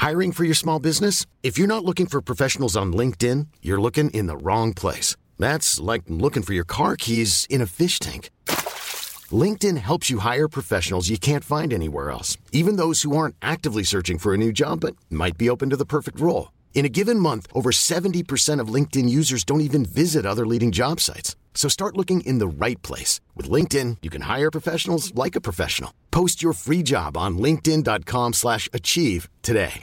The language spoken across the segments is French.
Hiring for your small business? If you're not looking for professionals on LinkedIn, you're looking in the wrong place. That's like looking for your car keys in a fish tank. LinkedIn helps you hire professionals you can't find anywhere else, even those who aren't actively searching for a new job but might be open to the perfect role. In a given month, over 70% of LinkedIn users don't even visit other leading job sites. So start looking in the right place. With LinkedIn, you can hire professionals like a professional. Post your free job on linkedin.com/achieve today.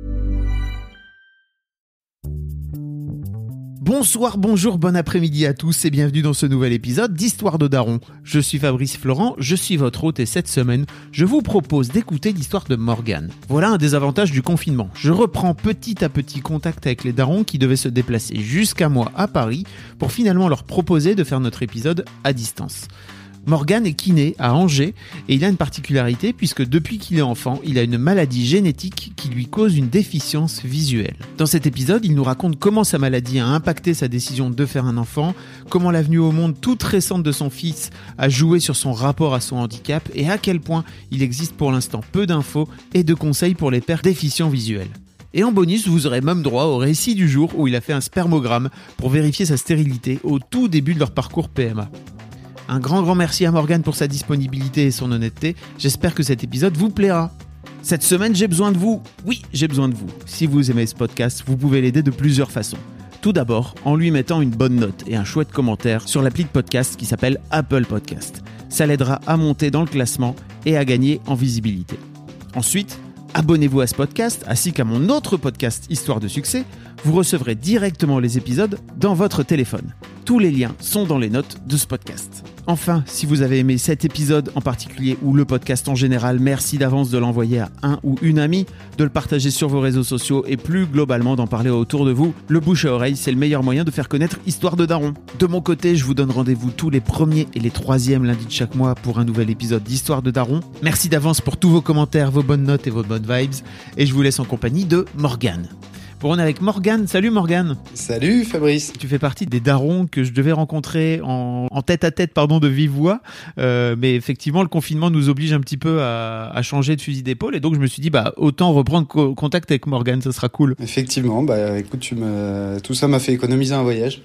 Bonsoir, bonjour, bon après-midi à tous et bienvenue dans ce nouvel épisode d'Histoire de Daron. Je suis Fabrice Florent, je suis votre hôte et cette semaine, je vous propose d'écouter l'histoire de Morgane. Voilà un des avantages du confinement. Je reprends petit à petit contact avec les darons qui devaient se déplacer jusqu'à moi à Paris pour finalement leur proposer de faire notre épisode à distance. Morgane est kiné à Angers et il a une particularité puisque depuis qu'il est enfant, il a une maladie génétique qui lui cause une déficience visuelle. Dans cet épisode, il nous raconte comment sa maladie a impacté sa décision de faire un enfant, comment la venue au monde toute récente de son fils a joué sur son rapport à son handicap et à quel point il existe pour l'instant peu d'infos et de conseils pour les pères déficients visuels. Et en bonus, vous aurez même droit au récit du jour où il a fait un spermogramme pour vérifier sa stérilité au tout début de leur parcours PMA. Un grand merci à Morgane pour sa disponibilité et son honnêteté. J'espère que cet épisode vous plaira. Cette semaine, j'ai besoin de vous. Oui, j'ai besoin de vous. Si vous aimez ce podcast, vous pouvez l'aider de plusieurs façons. Tout d'abord, en lui mettant une bonne note et un chouette commentaire sur l'appli de podcast qui s'appelle Apple Podcast. Ça l'aidera à monter dans le classement et à gagner en visibilité. Ensuite, abonnez-vous à ce podcast ainsi qu'à mon autre podcast Histoire de succès. Vous recevrez directement les épisodes dans votre téléphone. Tous les liens sont dans les notes de ce podcast. Enfin, si vous avez aimé cet épisode en particulier ou le podcast en général, merci d'avance de l'envoyer à un ou une amie, de le partager sur vos réseaux sociaux et plus globalement d'en parler autour de vous. Le bouche à oreille, c'est le meilleur moyen de faire connaître Histoire de Daron. De mon côté, je vous donne rendez-vous tous les premiers et les troisièmes lundis de chaque mois pour un nouvel épisode d'Histoire de Daron. Merci d'avance pour tous vos commentaires, vos bonnes notes et vos bonnes vibes. Et je vous laisse en compagnie de Morgane. Bon, on est avec Morgane. Salut Morgane. Salut Fabrice. Tu fais partie des darons que je devais rencontrer en tête-à-tête de vive voix. Mais effectivement, le confinement nous oblige un petit peu à changer de fusil d'épaule. Et donc, je me suis dit, autant reprendre contact avec Morgane, ça sera cool. Effectivement, écoute, tout ça m'a fait économiser un voyage.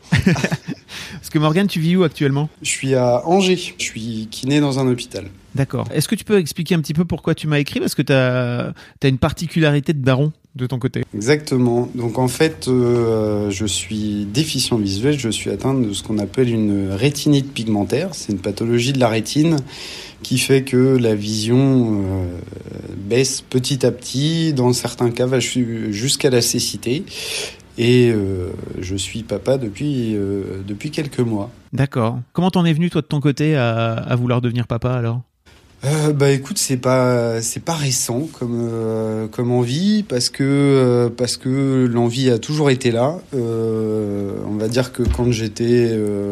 Parce que Morgane, tu vis où actuellement ? Je suis à Angers. Je suis kiné dans un hôpital. D'accord. Est-ce que tu peux expliquer un petit peu pourquoi tu m'as écrit ? Parce que t'as une particularité de daron de ton côté. Exactement. Donc en fait, je suis déficient visuel. Je suis atteint de ce qu'on appelle une rétinite pigmentaire. C'est une pathologie de la rétine qui fait que la vision baisse petit à petit. Dans certains cas, va jusqu'à la cécité. Et je suis papa depuis quelques mois. D'accord. Comment t'en es venu, toi, de ton côté, à vouloir devenir papa, alors ? Écoute, c'est pas récent comme envie parce que l'envie a toujours été là. On va dire que quand j'étais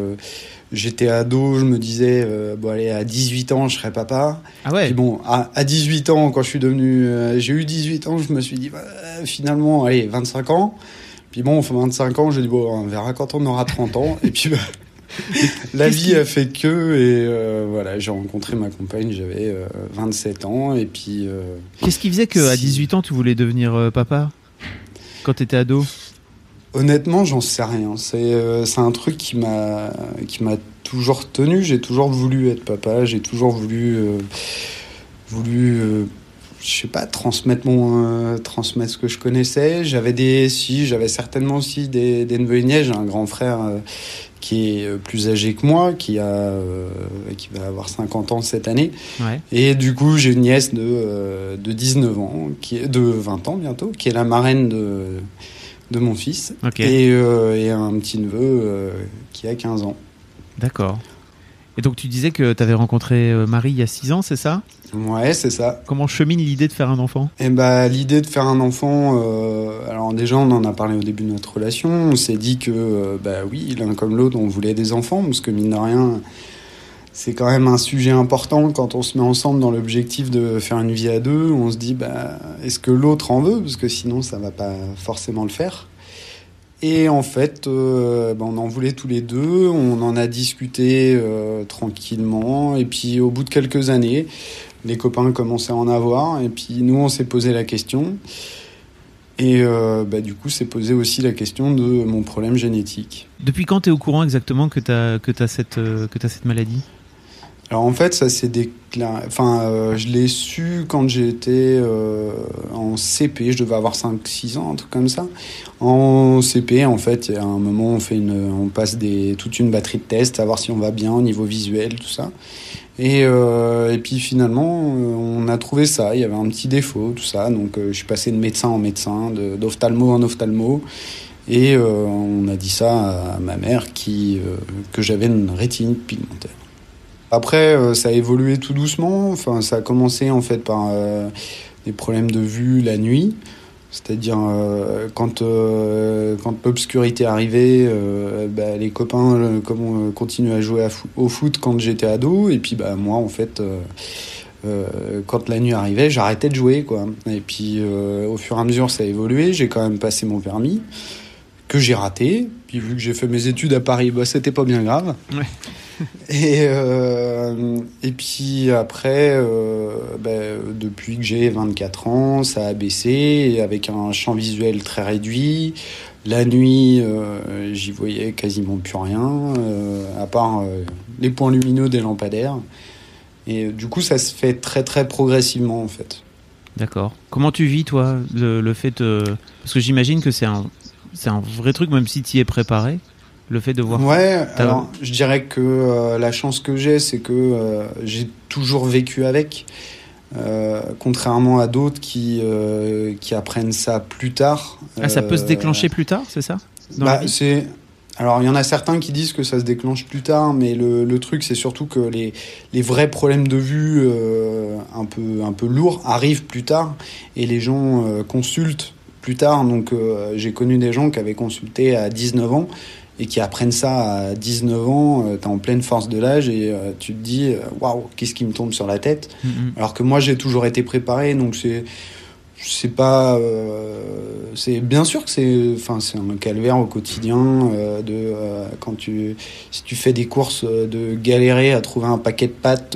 ado, je me disais allez, à 18 ans je serai papa. Ah ouais. Puis bon, à 18 ans, quand j'ai eu 18 ans, je me suis dit finalement allez, 25 ans. Puis bon, 25 ans, je dis on verra quand on aura 30 ans et puis la vie a fait que et j'ai rencontré ma compagne, j'avais 27 ans et puis qu'est-ce qui faisait qu'à 18 ans tu voulais devenir papa quand t'étais ado ? Honnêtement, j'en sais rien. C'est un truc qui m'a toujours tenu. J'ai toujours voulu être papa. J'ai toujours voulu je sais pas, transmettre ce que je connaissais. J'avais certainement aussi des neveux et nièces. J'ai un grand frère qui est plus âgé que moi, qui va avoir 50 ans cette année. Ouais. Et du coup, j'ai une nièce de 19 ans, de 20 ans bientôt, qui est la marraine de mon fils. Okay. Et un petit neveu qui a 15 ans. D'accord. Et donc tu disais que tu avais rencontré Marie il y a 6 ans, c'est ça ? Ouais, c'est ça. Comment chemine l'idée de faire un enfant ? L'idée de faire un enfant, alors déjà on en a parlé au début de notre relation, on s'est dit que oui, l'un comme l'autre on voulait des enfants, parce que mine de rien, c'est quand même un sujet important quand on se met ensemble dans l'objectif de faire une vie à deux, on se dit est-ce que l'autre en veut, parce que sinon ça va pas forcément le faire. Et en fait, on en voulait tous les deux, on en a discuté tranquillement, et puis au bout de quelques années, les copains commençaient à en avoir, et puis nous on s'est posé la question. Et du coup, s'est posé aussi la question de mon problème génétique. Depuis quand tu es au courant exactement que t'as cette maladie ? Alors en fait, ça s'est déclaré. Je l'ai su quand j'étais en CP. Je devais avoir 5-6 ans, un truc comme ça. En CP, en fait, il y a un moment, on passe toute une batterie de tests, savoir si on va bien au niveau visuel, tout ça. Et puis finalement, on a trouvé ça. Il y avait un petit défaut, tout ça. Donc je suis passé de médecin en médecin, d'ophtalmo en ophtalmo. Et on a dit ça à ma mère que j'avais une rétinite pigmentaire. Après, ça a évolué tout doucement. Enfin, ça a commencé en fait par des problèmes de vue la nuit. C'est-à-dire quand l'obscurité arrivait, les copains continuaient à jouer au foot quand j'étais ado. Et puis moi, en fait, quand la nuit arrivait, j'arrêtais de jouer, quoi. Et puis au fur et à mesure, ça a évolué. J'ai quand même passé mon permis, que j'ai raté. Puis vu que j'ai fait mes études à Paris, c'était pas bien grave. Ouais. Et puis après, depuis que j'ai 24 ans, ça a baissé avec un champ visuel très réduit. La nuit, j'y voyais quasiment plus rien, à part les points lumineux des lampadaires. Et du coup, ça se fait très très progressivement en fait. D'accord. Comment tu vis toi le fait de... Parce que j'imagine que c'est un vrai truc, même si tu y es préparé. Le fait de voir... Ouais, alors je dirais que la chance que j'ai, c'est que j'ai toujours vécu avec, contrairement à d'autres qui apprennent ça plus tard. Ça peut se déclencher plus tard, c'est ça ? Alors il y en a certains qui disent que ça se déclenche plus tard, mais le truc c'est surtout que les vrais problèmes de vue un peu lourds arrivent plus tard et les gens consultent plus tard. Donc j'ai connu des gens qui avaient consulté à 19 ans et qui apprennent ça à 19 ans, t'es en pleine force de l'âge et tu te dis waouh, qu'est-ce qui me tombe sur la tête. Alors que moi j'ai toujours été préparé, donc c'est pas c'est bien sûr que c'est un calvaire au quotidien si tu fais des courses, de galérer à trouver un paquet de pâtes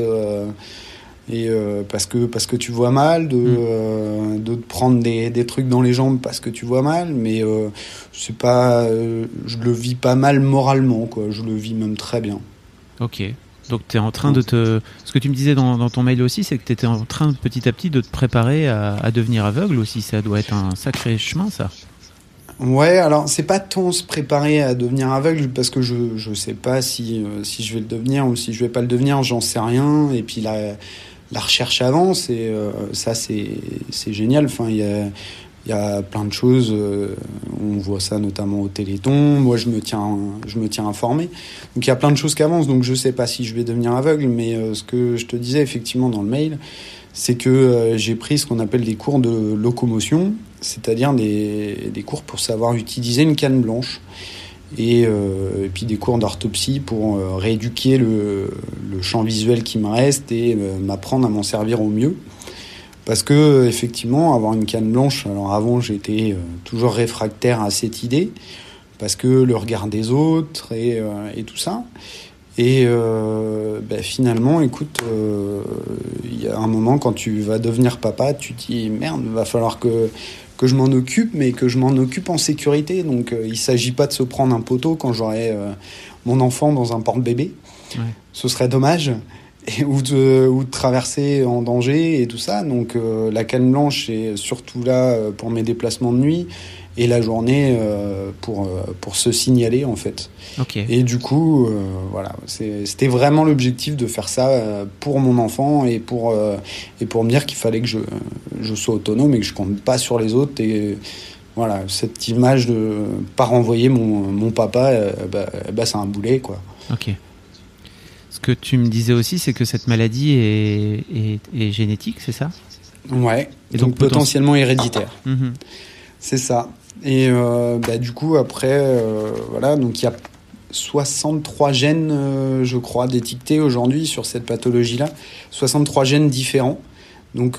parce que tu vois mal, de te prendre des trucs dans les jambes parce que tu vois mal, mais c'est pas je le vis pas mal moralement, quoi. Je le vis même très bien. Ok. Donc tu es en train ce que tu me disais dans ton mail aussi, c'est que tu étais en train petit à petit de te préparer à devenir aveugle aussi. Ça doit être un sacré chemin, ça. Ouais, alors c'est pas tant se préparer à devenir aveugle, parce que je sais pas si je vais le devenir ou si je vais pas le devenir, j'en sais rien. Et puis la recherche avance et ça c'est génial. Enfin, il y a plein de choses, on voit ça notamment au Téléthon. Moi je me tiens informé, donc il y a plein de choses qui avancent. Donc je sais pas si je vais devenir aveugle, mais ce que je te disais effectivement dans le mail, c'est que j'ai pris ce qu'on appelle des cours de locomotion, c'est-à-dire des cours pour savoir utiliser une canne blanche. Et puis des cours d'orthopsie pour rééduquer le champ visuel qui me reste et m'apprendre à m'en servir au mieux. Parce que effectivement, avoir une canne blanche, alors avant j'étais toujours réfractaire à cette idée, parce que le regard des autres et tout ça. Et finalement, écoute, il y a un moment quand tu vas devenir papa, tu te dis merde, il va falloir que je m'en occupe, mais que je m'en occupe en sécurité. Donc il ne s'agit pas de se prendre un poteau quand j'aurai mon enfant dans un porte-bébé. Ouais. Ce serait dommage. Ou de traverser en danger et tout ça. Donc la canne blanche est surtout là pour mes déplacements de nuit et la journée pour se signaler en fait. Okay. Et du coup, voilà, c'était vraiment l'objectif de faire ça pour mon enfant et pour me dire qu'il fallait que je sois autonome et que je compte pas sur les autres. Et voilà, cette image de pas renvoyer mon papa, c'est un boulet, quoi. Ok. Ce que tu me disais aussi, c'est que cette maladie est génétique, c'est ça ? Ouais, et donc potentiellement héréditaire. Mm-hmm. C'est ça. Et du coup, après, voilà, donc il y a 63 gènes, je crois, détectés aujourd'hui sur cette pathologie-là. 63 gènes différents. Donc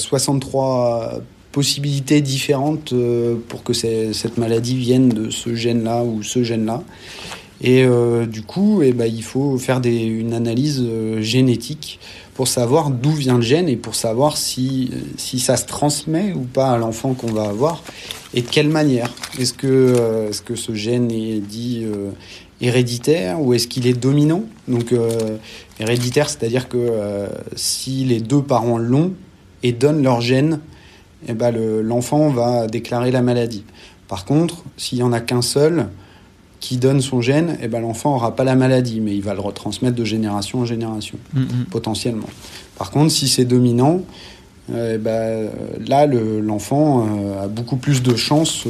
63 possibilités différentes pour que cette maladie vienne de ce gène-là ou ce gène-là. Et du coup, il faut faire une analyse génétique pour savoir d'où vient le gène et pour savoir si ça se transmet ou pas à l'enfant qu'on va avoir. et de quelle manière. Est-ce que ce gène est dit héréditaire ou est-ce qu'il est dominant? Donc héréditaire, c'est-à-dire que si les deux parents l'ont et donnent leur gène, eh ben l'enfant va déclarer la maladie. Par contre, s'il y en a qu'un seul qui donne son gène, eh ben l'enfant n'aura pas la maladie, mais il va le retransmettre de génération en génération, potentiellement. Par contre, si c'est dominant, là, l'enfant a beaucoup plus de chances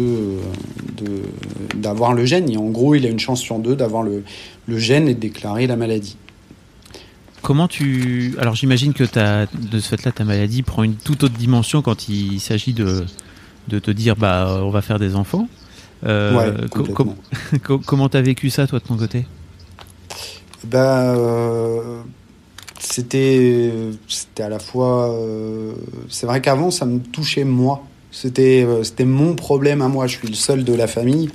d'avoir le gène. Et en gros, il a une chance sur 2 d'avoir le gène et de déclarer la maladie. Alors j'imagine que de ce fait-là, ta maladie prend une toute autre dimension quand il s'agit de te dire on va faire des enfants. Comment t'as vécu ça, toi, de ton côté? C'était à la fois... c'est vrai qu'avant, ça me touchait moi. C'était mon problème à moi. Je suis le seul de la famille.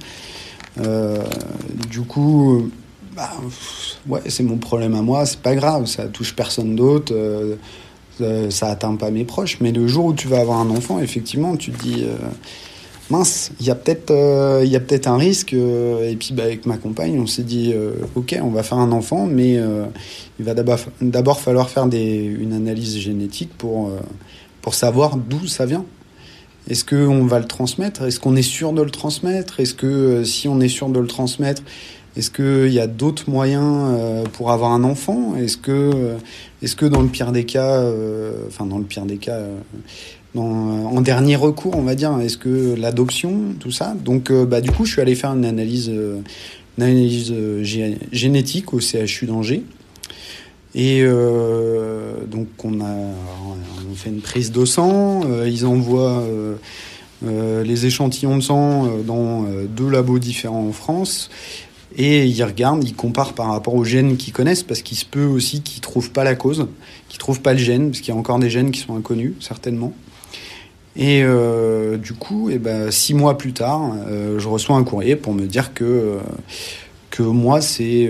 Du coup... c'est mon problème à moi, c'est pas grave, ça touche personne d'autre, ça atteint pas mes proches. Mais le jour où tu vas avoir un enfant, effectivement, tu te dis mince, il y a peut-être un risque. Et puis avec ma compagne, on s'est dit ok, on va faire un enfant, mais il va d'abord falloir faire une analyse génétique pour savoir d'où ça vient. Est-ce qu'on va le transmettre? Est-ce qu'on est sûr de le transmettre? Est-ce que si on est sûr de le transmettre, est-ce qu'il y a d'autres moyens pour avoir un enfant? Est-ce que dans le pire des cas, en dernier recours, on va dire, est-ce que l'adoption, tout ça? Donc, du coup, je suis allé faire une analyse génétique au CHU d'Angers. Et donc, on fait une prise de sang. Ils envoient les échantillons de sang dans 2 labos différents en France. Et ils regardent, ils comparent par rapport aux gènes qu'ils connaissent, parce qu'il se peut aussi qu'ils ne trouvent pas la cause, qu'ils ne trouvent pas le gène, parce qu'il y a encore des gènes qui sont inconnus, certainement. Et du coup, 6 mois plus tard, je reçois un courrier pour me dire que moi, c'est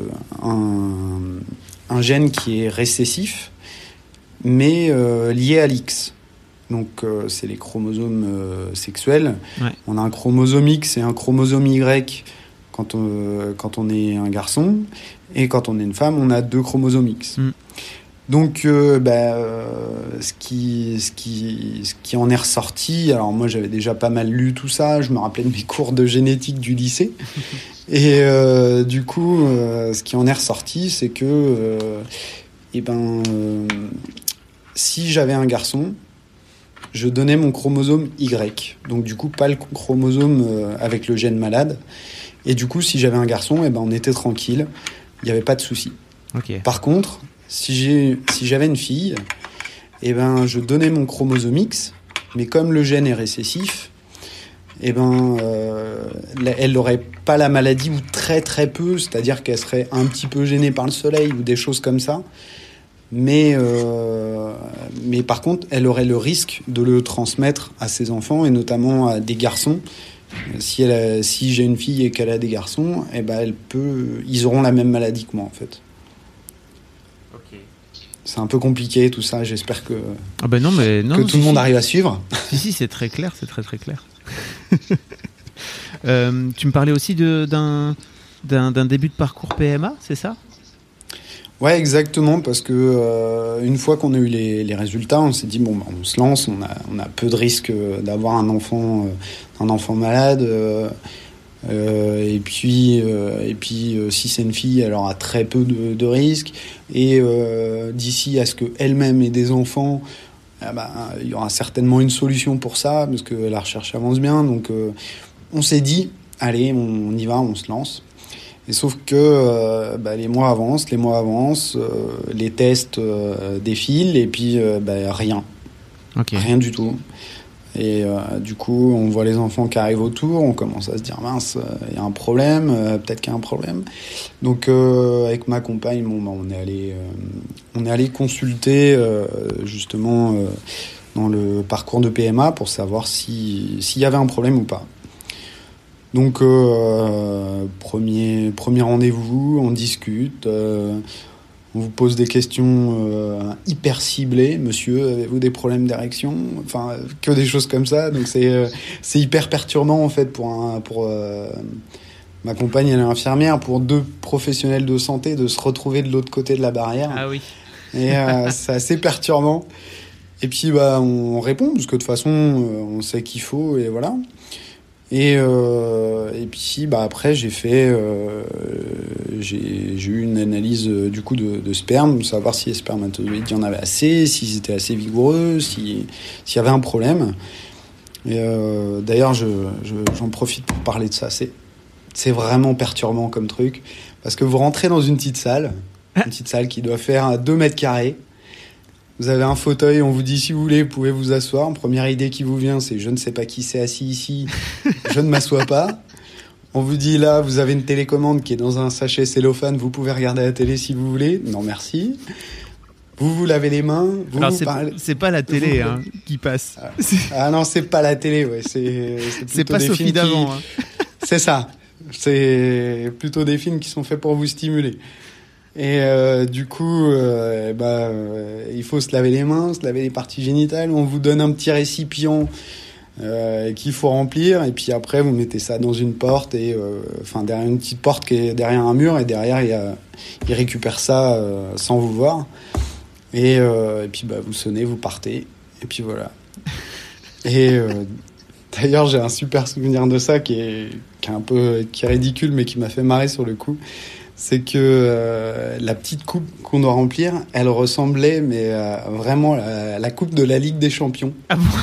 un gène qui est récessif, mais lié à l'X. Donc, c'est les chromosomes sexuels. Ouais. On a un chromosome X et un chromosome Y quand on est un garçon, et quand on est une femme, on a 2 chromosomes X. Donc, ce qui en est ressorti, alors moi j'avais déjà pas mal lu tout ça, je me rappelais de mes cours de génétique du lycée, et du coup, ce qui en est ressorti, c'est que si j'avais un garçon, je donnais mon chromosome Y, donc du coup pas le chromosome avec le gène malade. Et du coup, si j'avais un garçon, on était tranquille, il n'y avait pas de souci. Okay. Par contre, si j'avais une fille, je donnais mon chromosome X, mais comme le gène est récessif, elle n'aurait pas la maladie, ou très très peu, c'est-à-dire qu'elle serait un petit peu gênée par le soleil ou des choses comme ça. Mais par contre, elle aurait le risque de le transmettre à ses enfants, et notamment à des garçons. Si j'ai une fille et qu'elle a des garçons, ils auront la même maladie que moi, en fait. Okay. C'est un peu compliqué tout ça, j'espère que tout le monde arrive à suivre. Si, c'est très clair, c'est très très clair. Tu me parlais aussi d'un début de parcours PMA, c'est ça? Ouais, exactement, parce que une fois qu'on a eu les résultats, on s'est dit on se lance, on a peu de risques d'avoir un enfant malade, et puis si c'est une fille, elle aura très peu de risques, et d'ici à ce qu'elle-même ait des enfants, il y aura certainement une solution pour ça, parce que la recherche avance bien. Donc on s'est dit, allez, on y va, on se lance. Et sauf que les mois avancent, les tests défilent, et puis rien. Okay. Rien du tout. Et du coup, on voit les enfants qui arrivent autour, on commence à se dire mince, il y a un problème, peut-être qu'il y a un problème. Donc avec ma compagne, on est allé consulter justement dans le parcours de PMA pour savoir s'il y avait un problème ou pas. Donc premier rendez-vous, on discute, On vous pose des questions hyper ciblées. Monsieur, avez-vous des problèmes d'érection? Enfin, que des choses comme ça. Donc c'est hyper perturbant en fait pour ma compagne, elle est infirmière, pour deux professionnels de santé de se retrouver de l'autre côté de la barrière. Ah oui. Et c'est assez perturbant. Et puis on répond parce que de toute façon on sait qu'il faut et voilà. Et puis après j'ai eu une analyse du coup de sperme, savoir si les spermatozoïdes il y en avait assez, s'ils étaient assez vigoureux, s'il y avait un problème. Et d'ailleurs j'en profite pour parler de ça. C'est vraiment perturbant comme truc parce que vous rentrez dans une petite salle qui doit faire 2 mètres carrés. Vous avez un fauteuil, on vous dit si vous voulez, vous pouvez vous asseoir. Première idée qui vous vient, c'est je ne sais pas qui s'est assis ici, je ne m'assois pas. On vous dit là, vous avez une télécommande qui est dans un sachet cellophane, vous pouvez regarder la télé si vous voulez. Non merci. Vous lavez les mains. Alors c'est pas la télé qui passe. Ah non, c'est pas la télé, ouais. C'est pas Sophie d'avant. C'est ça. C'est plutôt des films qui sont faits pour vous stimuler. Et du coup, il faut se laver les mains, se laver les parties génitales. On vous donne un petit récipient qu'il faut remplir. Et puis après, vous mettez ça dans une porte, derrière une petite porte qui est derrière un mur. Et derrière, il récupère ça sans vous voir. Et puis vous sonnez, vous partez. Et puis voilà. Et d'ailleurs, j'ai un super souvenir de ça qui est ridicule, mais qui m'a fait marrer sur le coup. C'est que la petite coupe qu'on doit remplir, elle ressemblait vraiment à la coupe de la Ligue des Champions. Ah bon?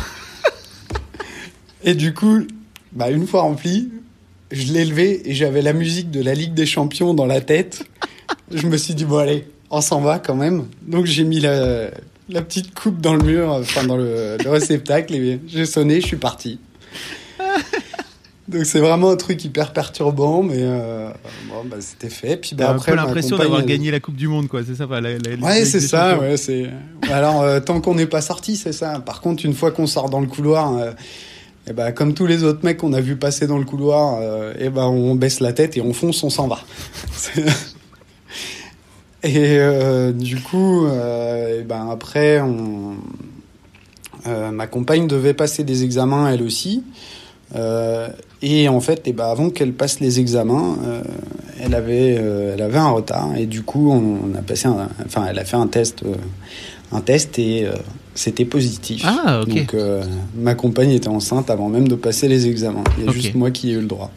Et du coup, une fois remplie, je l'ai levée et j'avais la musique de la Ligue des Champions dans la tête. Je me suis dit, bon allez, on s'en va quand même. Donc j'ai mis la petite coupe dans le mur, dans le réceptacle, et j'ai sonné, je suis parti. Donc c'est vraiment un truc hyper perturbant, mais c'était fait. Puis après, un peu l'impression d'avoir gagné la Coupe du Monde, quoi. C'est ça, ouais, c'est ça. Ouais, c'est. Alors tant qu'on n'est pas sorti, c'est ça. Par contre, une fois qu'on sort dans le couloir, comme tous les autres mecs qu'on a vu passer dans le couloir, on baisse la tête et on fonce, on s'en va. Et du coup, après, ma compagne devait passer des examens elle aussi. Et en fait, avant qu'elle passe les examens, elle avait un retard et du coup, elle a fait un test et c'était positif. Ah, ok. Donc, ma compagne était enceinte avant même de passer les examens. Il y a juste moi qui ai eu le droit.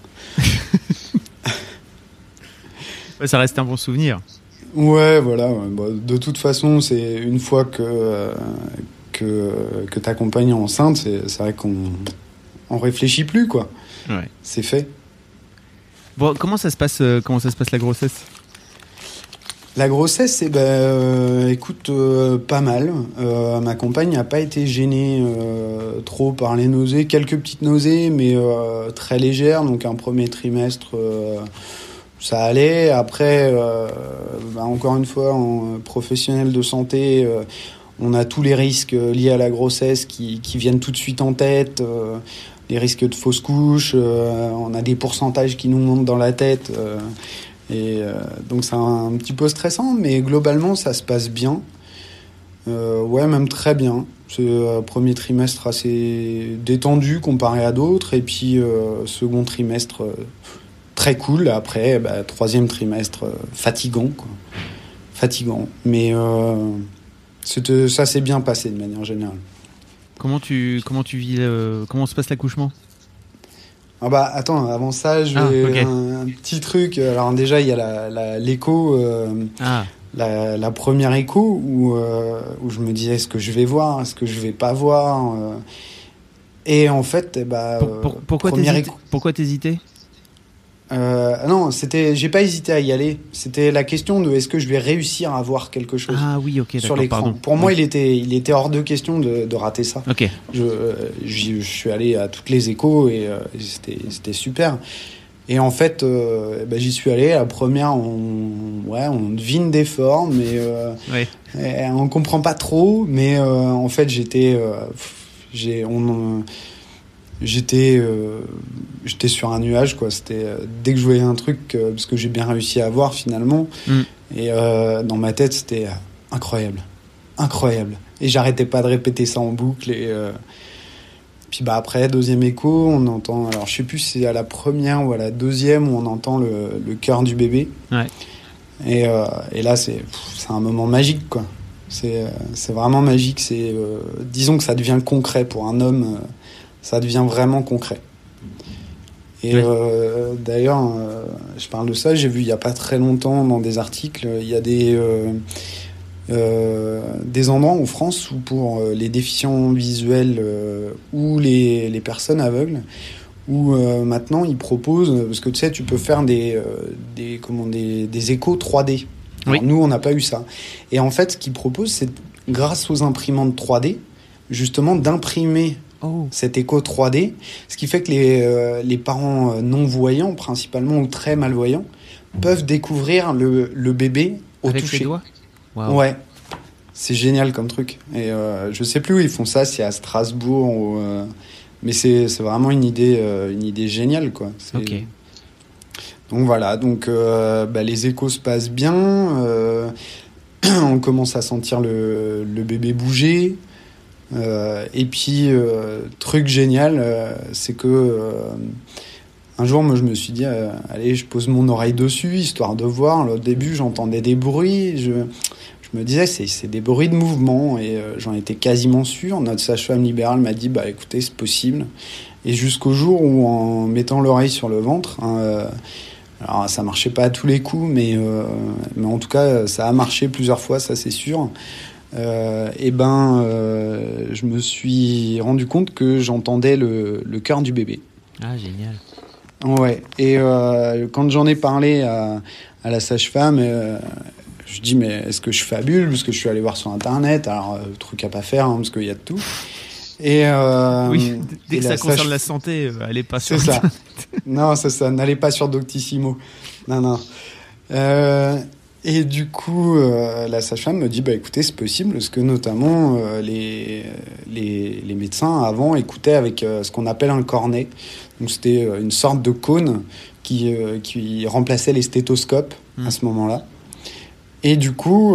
Ouais, ça reste un bon souvenir. Ouais, voilà. De toute façon, c'est une fois que ta compagne est enceinte, c'est vrai qu'on réfléchit plus, quoi. Ouais. C'est fait. Bon, comment ça se passe la grossesse? La grossesse, écoute, pas mal. Ma compagne n'a pas été gênée trop par les nausées, quelques petites nausées, mais très légères. Donc un premier trimestre, ça allait. Après, encore une fois, en professionnel de santé, on a tous les risques liés à la grossesse qui viennent tout de suite en tête. Les risques de fausse couche, on a des pourcentages qui nous montent dans la tête. Donc c'est un petit peu stressant, mais globalement, ça se passe bien. Ouais, même très bien. C'est un premier trimestre assez détendu comparé à d'autres. Et puis, second trimestre, très cool. Après, troisième trimestre, fatigant, quoi. Fatigant. Mais ça s'est bien passé de manière générale. Comment tu vis comment se passe l'accouchement? Attends, avant ça, un petit truc. Alors déjà, il y a l'écho, la première écho où je me disais est-ce que je vais voir, est-ce que je vais pas voir. Et en fait, pourquoi t'hésitais? Non, j'ai pas hésité à y aller. C'était la question de est-ce que je vais réussir à voir quelque chose. Ah oui, ok, sur l'écran. Pardon. Pour moi, il était hors de question de rater ça. Ok. Je suis allé à toutes les échos et c'était super. Et en fait, j'y suis allé. La première, on devine des formes, mais on comprend pas trop. Mais en fait, j'étais sur un nuage, quoi. C'était dès que je voyais un truc, parce que j'ai bien réussi à voir finalement, et dans ma tête c'était incroyable. Et j'arrêtais pas de répéter ça en boucle. Et puis après, deuxième écho, on entend, alors je sais plus si c'est à la première ou à la deuxième où on entend le cœur du bébé. Ouais. Et là c'est un moment magique, quoi. C'est vraiment magique. Disons que ça devient concret pour un homme. Ça devient vraiment concret. Et d'ailleurs, je parle de ça, j'ai vu il n'y a pas très longtemps dans des articles, il y a des endroits en France où pour les déficients visuels ou les personnes aveugles, où maintenant ils proposent, parce que tu sais, tu peux faire des échos 3D. Alors, oui. Nous, on n'a pas eu ça. Et en fait, ce qu'ils proposent, c'est grâce aux imprimantes 3D, justement d'imprimer cet écho 3D, ce qui fait que les parents non-voyants, principalement, ou très malvoyants, peuvent découvrir le bébé au avec toucher. Les doigts. Wow. Ouais, c'est génial comme truc. Et je sais plus où ils font ça, si à Strasbourg, mais c'est vraiment une idée géniale, quoi. Ok. Donc voilà, les échos se passent bien, on commence à sentir le bébé bouger. Et puis, truc génial, c'est que un jour, moi, je me suis dit, allez, je pose mon oreille dessus, histoire de voir. Au début, j'entendais des bruits, je me disais, c'est des bruits de mouvement, et j'en étais quasiment sûr. Notre sage-femme libérale m'a dit, écoutez, c'est possible. Et jusqu'au jour où, en mettant l'oreille sur le ventre, alors ça marchait pas à tous les coups, mais en tout cas, ça a marché plusieurs fois, ça c'est sûr. Je me suis rendu compte que j'entendais le cœur du bébé. Ah, génial. Ouais. Et quand j'en ai parlé à la sage-femme, je dis, mais est-ce que je fabule? Parce que je suis allé voir sur Internet. Alors, truc à pas faire, parce qu'il y a de tout. Et oui, dès que ça concerne la santé, allez pas sur Internet. C'est ça. Non, c'est ça. N'allez pas sur Doctissimo. Non. Et du coup, la sage-femme me dit, écoutez, c'est possible, parce que notamment les médecins avant écoutaient avec ce qu'on appelle un cornet. Donc c'était une sorte de cône qui remplaçait les stéthoscopes à ce moment-là. Et du coup,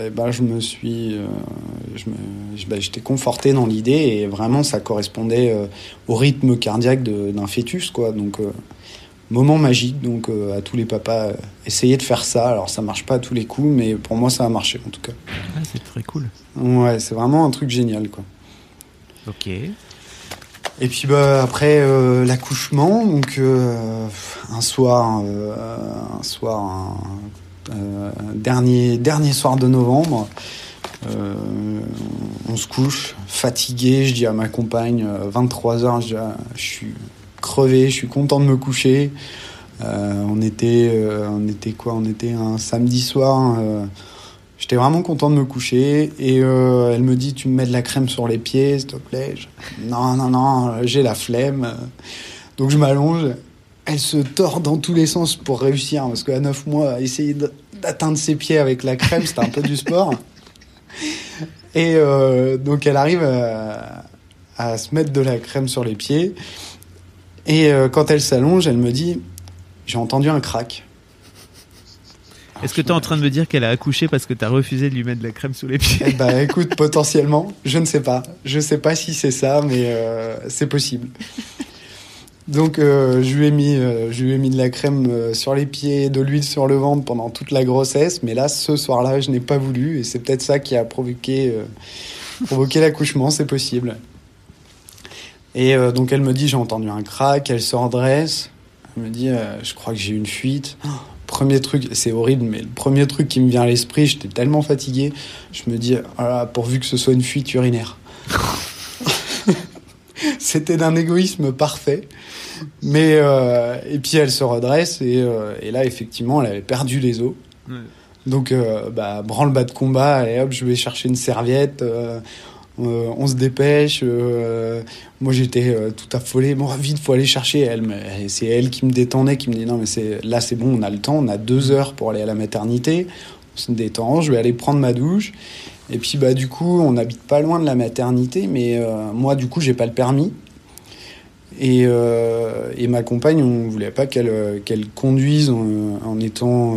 j'étais conforté dans l'idée, et vraiment ça correspondait au rythme cardiaque d'un fœtus, quoi. Donc moment magique, donc à tous les papas, essayez de faire ça. Alors ça marche pas à tous les coups, mais pour moi ça a marché en tout cas. Ah, c'est très cool. Ouais, c'est vraiment un truc génial, quoi. Ok. Et puis après l'accouchement, donc un soir, dernier soir de novembre, on se couche, fatigué, je dis à ma compagne, 23h, je suis crevé, je suis content de me coucher. On était un samedi soir. J'étais vraiment content de me coucher, et elle me dit, tu me mets de la crème sur les pieds, s'il te plaît. Non, j'ai la flemme. Donc je m'allonge. Elle se tord dans tous les sens pour réussir, parce qu'à 9 mois, essayer d'atteindre ses pieds avec la crème, c'était un peu du sport. Et donc elle arrive à se mettre de la crème sur les pieds. Et quand elle s'allonge, elle me dit, j'ai entendu un crack. Est-ce que tu es en train de me dire qu'elle a accouché parce que tu as refusé de lui mettre de la crème sous les pieds? Écoute, potentiellement, je ne sais pas. Je ne sais pas si c'est ça, mais c'est possible. Donc je lui ai mis de la crème sur les pieds, de l'huile sur le ventre pendant toute la grossesse. Mais là, ce soir-là, je n'ai pas voulu. Et c'est peut-être ça qui a provoqué l'accouchement, c'est possible. Et donc elle me dit, j'ai entendu un crack. Elle se redresse. Elle me dit, je crois que j'ai eu une fuite. Premier truc, c'est horrible, mais le premier truc qui me vient à l'esprit, j'étais tellement fatigué, je me dis, pourvu que ce soit une fuite urinaire. C'était d'un égoïsme parfait. Mais et puis elle se redresse, et là effectivement elle avait perdu les os. Ouais. Donc branle-bas de combat, allez hop, je vais chercher une serviette. On se dépêche. Moi j'étais tout affolé. Bon, vite, faut aller chercher. C'est elle qui me détendait, qui me dit non mais c'est bon, on a le temps, on a 2 heures pour aller à la maternité. On se détend, je vais aller prendre ma douche. Et puis du coup on n'habite pas loin de la maternité, mais moi du coup j'ai pas le permis. Et ma compagne, on voulait pas qu'elle conduise en étant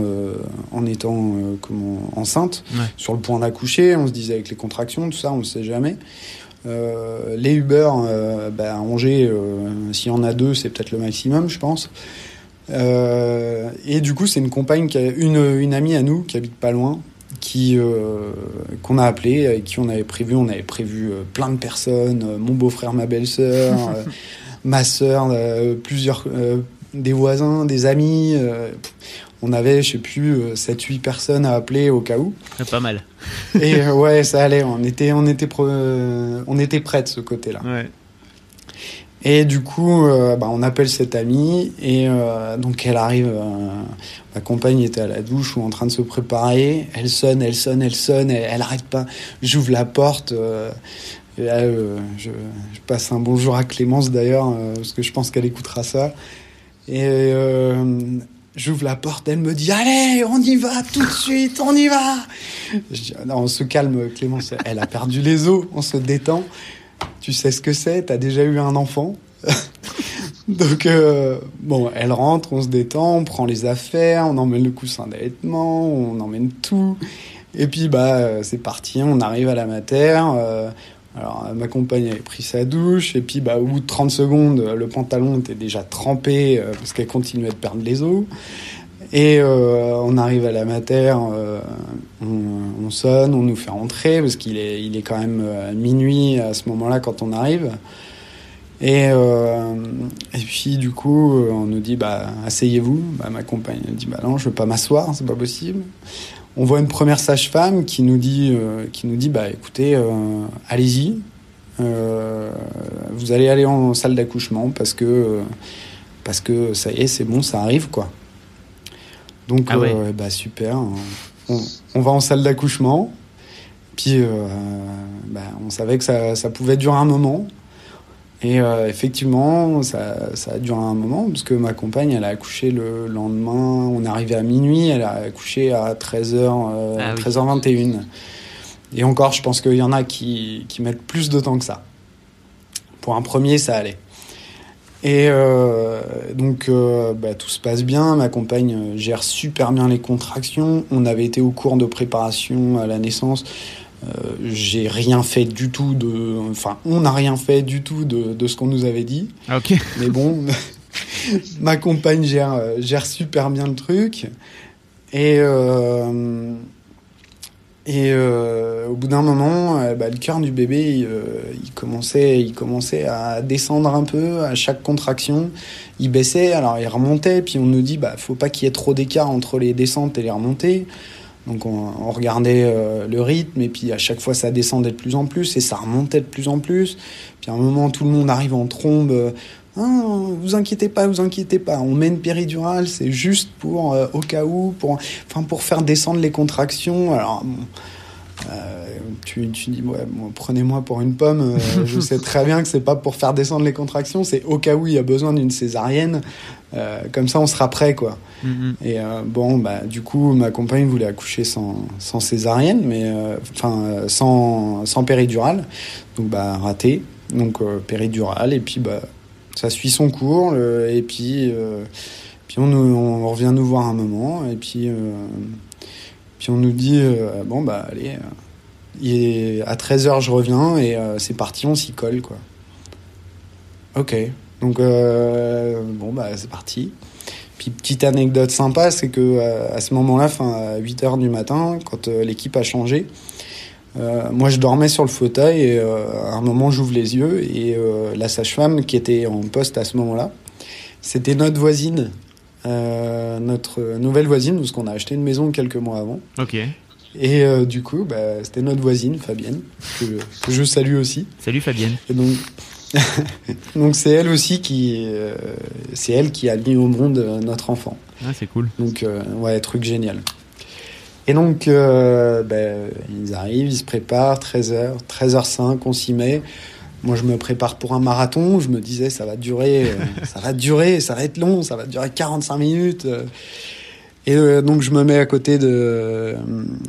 enceinte, sur le point d'accoucher. On se disait avec les contractions, tout ça, on ne sait jamais. Les Uber, à Angers, s'il y en a 2, c'est peut-être le maximum, je pense. Et du coup, c'est une compagne, une amie à nous qui habite pas loin, qu'on a appelé, avec qui on avait prévu plein de personnes, mon beau-frère, ma belle-sœur, ma sœur, plusieurs des voisins, des amis. On avait, je sais plus, 7-8 personnes à appeler au cas où. C'est pas mal. Et ouais, ça allait. On était prêts de ce côté-là. Ouais. Et du coup, on appelle cette amie et donc elle arrive. Ma compagne était à la douche ou en train de se préparer. Elle sonne, elle arrête pas. J'ouvre la porte. Et là, je passe un bonjour à Clémence d'ailleurs, parce que je pense qu'elle écoutera ça. Et j'ouvre la porte, elle me dit « Allez, on y va tout de suite, on y va !» Je dis « Non, on se calme, Clémence, elle a perdu les os, on se détend. Tu sais ce que c'est, t'as déjà eu un enfant. » Donc, elle rentre, on se détend, on prend les affaires, on emmène le coussin d'allaitement, on emmène tout. Et puis, c'est parti, on arrive à la mater. Alors, ma compagne avait pris sa douche, et puis, au bout de 30 secondes, le pantalon était déjà trempé, parce qu'elle continuait de perdre les os. Et on arrive à la mater, on sonne, on nous fait rentrer, parce qu'il est quand même minuit à ce moment-là quand on arrive. Et puis, du coup, on nous dit, asseyez-vous. Ma compagne, elle dit, non, je veux pas m'asseoir, c'est pas possible. On voit une première sage-femme qui nous dit, écoutez, allez-y, vous allez aller en salle d'accouchement parce que ça y est, c'est bon, ça arrive, quoi. Donc, super. On va en salle d'accouchement. Puis, on savait que ça pouvait durer un moment. Et effectivement, ça a duré un moment, parce que ma compagne, elle a accouché le lendemain. On est arrivé à minuit, elle a accouché à 13h, 13h21. Et encore, je pense qu'il y en a qui mettent plus de temps que ça. Pour un premier, ça allait. Et donc, tout se passe bien. Ma compagne gère super bien les contractions. On avait été au cours de préparation à la naissance. J'ai rien fait du tout on n'a rien fait du tout de ce qu'on nous avait dit. Ok. Mais bon, ma compagne gère super bien le truc. Et au bout d'un moment, le cœur du bébé, il commençait à descendre un peu à chaque contraction. Il baissait, alors il remontait. Puis on nous dit, faut pas qu'il y ait trop d'écart entre les descentes et les remontées. Donc on regardait le rythme, et puis à chaque fois ça descendait de plus en plus et ça remontait de plus en plus. Puis à un moment, tout le monde arrive en trombe. Vous inquiétez pas, on met une péridurale, c'est juste pour au cas où, pour faire descendre les contractions. Alors tu dis prenez-moi pour une pomme, je sais très bien que c'est pas pour faire descendre les contractions, c'est au cas où il y a besoin d'une césarienne, comme ça on sera prêt, quoi. Et du coup ma compagne voulait accoucher sans césarienne, mais sans péridurale, donc raté, donc péridurale, et puis ça suit son cours, et puis on revient nous voir un moment, et puis on nous dit allez, à 13h je reviens, et c'est parti, on s'y colle, quoi. Ok, donc c'est parti. Puis petite anecdote sympa, c'est que à ce moment-là, à 8h du matin, quand l'équipe a changé, moi je dormais sur le fauteuil, et à un moment j'ouvre les yeux, et la sage-femme qui était en poste à ce moment-là, c'était notre voisine, notre nouvelle voisine, parce qu'on a acheté une maison quelques mois avant. Ok. Et du coup, c'était notre voisine, Fabienne, que je salue aussi. Salut Fabienne. Et donc c'est elle aussi qui a mis au monde notre enfant. Ah, c'est cool. Donc truc génial. Et donc ils arrivent, ils se préparent, 13h, 13h05, on s'y met. Moi je me prépare pour un marathon, je me disais ça va être long, ça va durer 45 minutes. Et donc je me mets à côté de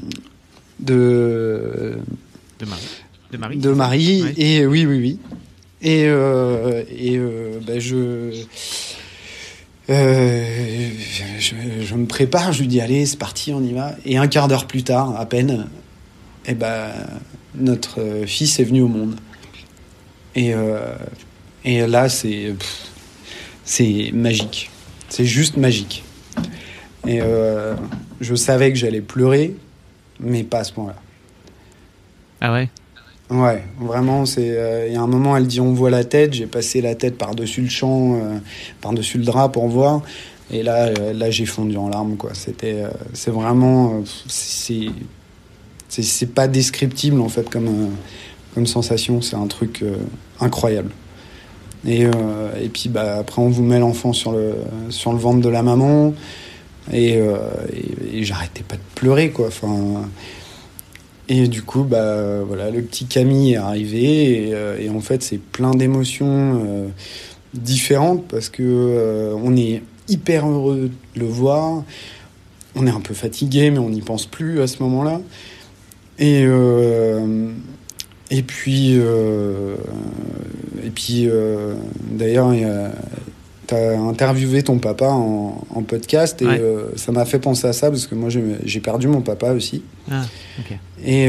Marie. Ouais. Et oui. Et je me prépare, je lui dis allez, c'est parti, on y va. Et un quart d'heure plus tard, à peine, notre fils est venu au monde. Et là, c'est magique. C'est juste magique. Et je savais que j'allais pleurer, mais pas à ce moment-là. Ah ouais? Ouais, vraiment, il y a un moment, elle dit on voit la tête, j'ai passé la tête par-dessus le champ, par-dessus le drap pour voir, et là j'ai fondu en larmes, quoi. C'est vraiment, c'est pas descriptible, en fait, comme sensation, c'est un truc incroyable. Et puis, après, on vous met l'enfant sur le ventre de la maman, et j'arrêtais pas de pleurer, quoi, enfin... Et du coup, voilà, le petit Camille est arrivé et en fait, c'est plein d'émotions différentes parce que on est hyper heureux de le voir. On est un peu fatigué, mais on n'y pense plus à ce moment-là. Et puis d'ailleurs, t'as interviewé ton papa en podcast et ça m'a fait penser à ça parce que moi j'ai perdu mon papa aussi. Ah, ok. Et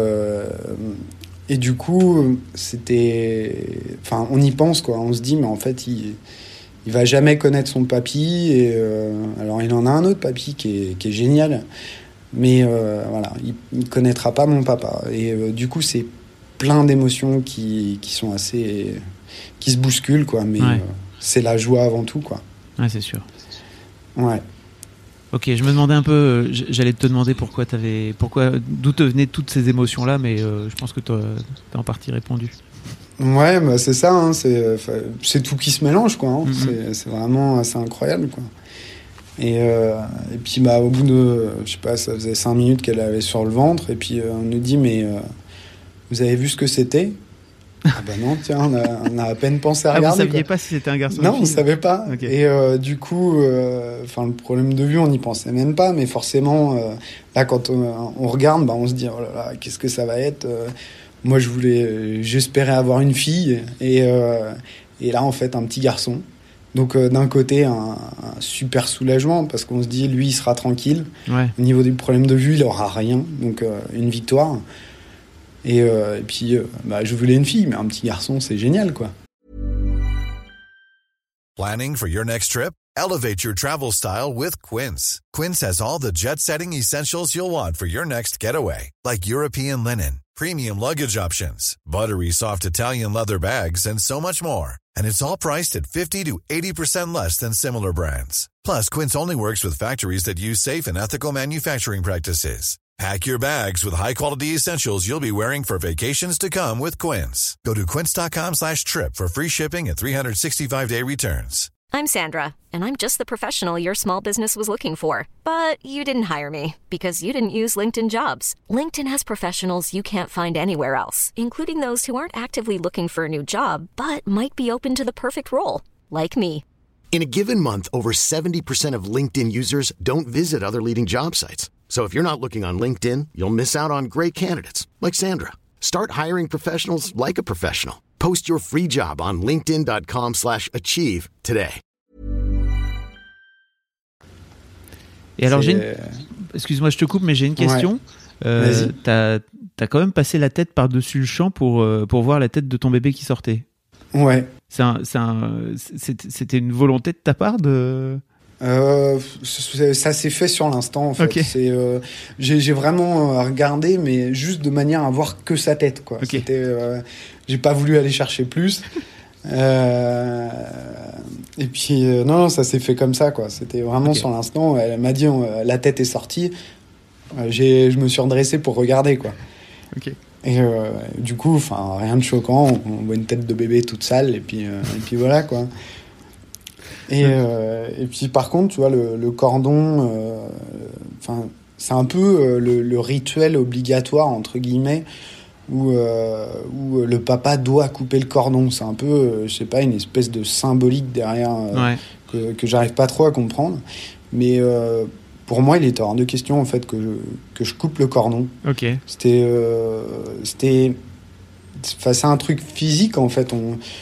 du coup, on y pense, quoi. On se dit, mais en fait, il va jamais connaître son papy. Et alors, il en a un autre papy qui est génial, mais voilà, il connaîtra pas mon papa. Et du coup, c'est plein d'émotions qui sont assez, qui se bousculent, quoi. Mais c'est la joie avant tout, quoi. Ouais, c'est sûr. Ouais. Ok, je me demandais un peu, j'allais te demander d'où te venaient toutes ces émotions-là, mais je pense que t'as en partie répondu. Ouais, c'est ça, hein, c'est tout qui se mélange, quoi. Hein. Mm-hmm. C'est vraiment assez incroyable, quoi. Et puis, au bout de, je sais pas, ça faisait 5 minutes qu'elle avait sur le ventre, et puis on nous dit, mais vous avez vu ce que c'était ? Ah non, tiens, on a à peine pensé à regarder. Vous saviez pas si c'était un garçon ou une fille ? Non, on savait pas. Okay. Et du coup, le problème de vue, on n'y pensait même pas. Mais forcément, là, quand on regarde, on se dit, oh là là, qu'est-ce que ça va être ? Moi, j'espérais avoir une fille. Et là, en fait, un petit garçon. Donc, d'un côté, un super soulagement parce qu'on se dit, lui, il sera tranquille. Ouais. Au niveau du problème de vue, il aura rien. Donc, une victoire. Et puis, je voulais une fille, mais un petit garçon, c'est génial, quoi. Planning for your next trip? Elevate your travel style with Quince. Quince has all the jet-setting essentials you'll want for your next getaway, like European linen, premium luggage options, buttery soft Italian leather bags, and so much more. And it's all priced at 50 to 80% less than similar brands. Plus, Quince only works with factories that use safe and ethical manufacturing practices. Pack your bags with high-quality essentials you'll be wearing for vacations to come with Quince. Go to quince.com/trip for free shipping and 365-day returns. I'm Sandra, and I'm just the professional your small business was looking for. But you didn't hire me because you didn't use LinkedIn Jobs. LinkedIn has professionals you can't find anywhere else, including those who aren't actively looking for a new job, but might be open to the perfect role, like me. In a given month, over 70% of LinkedIn users don't visit other leading job sites. So if you're not looking on LinkedIn, you'll miss out on great candidates like Sandra. Start hiring professionals like a professional. Post your free job on linkedin.com/achieve today. Et alors, excuse-moi, je te coupe, mais j'ai une question. Vas-y. T'as quand même passé la tête par-dessus le champ pour voir la tête de ton bébé qui sortait. Ouais. C'était une volonté de ta part de... Ça s'est fait sur l'instant, en fait. Okay. J'ai vraiment regardé, mais juste de manière à voir que sa tête, quoi. Okay. J'ai pas voulu aller chercher plus. Et puis non, ça s'est fait comme ça, quoi. C'était vraiment sur l'instant. Elle m'a dit la tête est sortie. Je me suis redressé pour regarder, quoi. Okay. Et du coup, rien de choquant. On voit une tête de bébé toute sale et puis voilà, quoi. Et puis par contre, tu vois, le cordon, c'est un peu le rituel obligatoire, entre guillemets, où le papa doit couper le cordon. C'est un peu, je sais pas, une espèce de symbolique derrière que j'arrive pas trop à comprendre. Mais pour moi, il était hors de question, en fait, que je coupe le cordon. Ok. C'était c'est un truc physique en fait.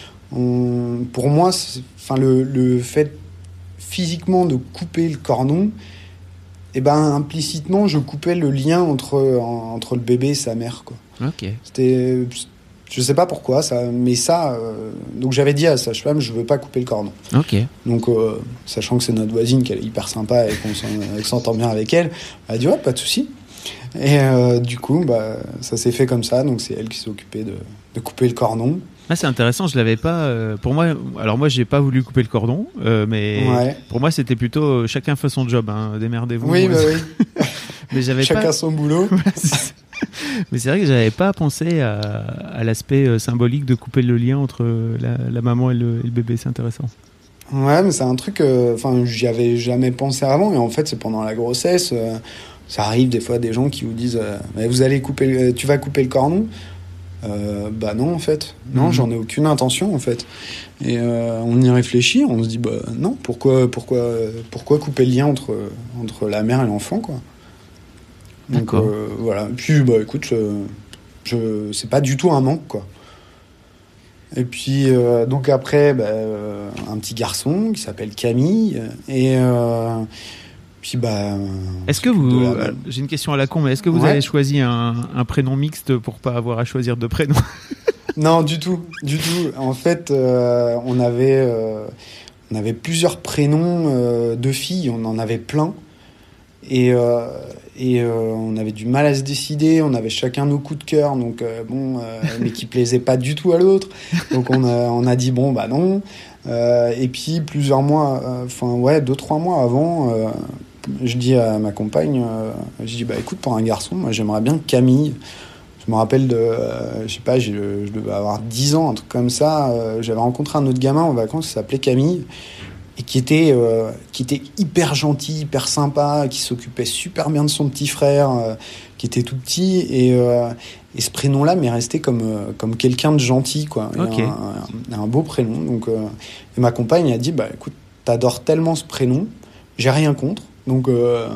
Pour moi, le fait physiquement de couper le cordon, et ben implicitement je coupais le lien entre le bébé et sa mère, quoi. Ok. C'était, je sais pas pourquoi ça, mais donc j'avais dit à la sage-femme, je veux pas couper le cordon. Ok. Donc sachant que c'est notre voisine, qu'elle est hyper sympa et qu'on s'entend bien avec elle, elle a dit ouais, pas de souci. Et du coup ça s'est fait comme ça, donc c'est elle qui s'est occupée de couper le cordon. Ah, c'est intéressant, je l'avais pas. Pour moi, alors moi, j'ai pas voulu couper le cordon, mais pour moi, c'était plutôt chacun fait son job. Hein, démerdez-vous. Oui, oui. Mais j'avais chacun son boulot. Mais c'est vrai que j'avais pas pensé à l'aspect symbolique de couper le lien entre la maman et le bébé. C'est intéressant. Ouais, mais c'est un truc. J'y avais jamais pensé avant, mais en fait, c'est pendant la grossesse. Ça arrive des fois des gens qui vous disent tu vas couper le cordon. Non en fait, non, j'en ai aucune intention en fait. Et on y réfléchit, on se dit non, pourquoi couper le lien entre la mère et l'enfant, quoi. Donc voilà. Puis écoute, c'est pas du tout un manque, quoi. Et puis donc après un petit garçon qui s'appelle Camille et puis est-ce que j'ai une question à la con, mais est-ce que vous avez choisi un prénom mixte pour pas avoir à choisir de prénom? Non, du tout. En fait, on avait plusieurs prénoms de filles, on en avait plein, et on avait du mal à se décider. On avait chacun nos coups de cœur, donc mais qui plaisaient pas du tout à l'autre. Donc on a dit non. Et puis plusieurs mois, 2-3 mois avant. Je dis à ma compagne, écoute, pour un garçon, moi j'aimerais bien Camille. Je me rappelle je devais avoir 10 ans, un truc comme ça. J'avais rencontré un autre gamin en vacances qui s'appelait Camille et qui était hyper gentil, hyper sympa, qui s'occupait super bien de son petit frère, qui était tout petit. Et ce prénom-là m'est resté comme quelqu'un de gentil, quoi. Okay. Un beau prénom. Donc, et ma compagne a dit, écoute, t'adores tellement ce prénom, j'ai rien contre. Donc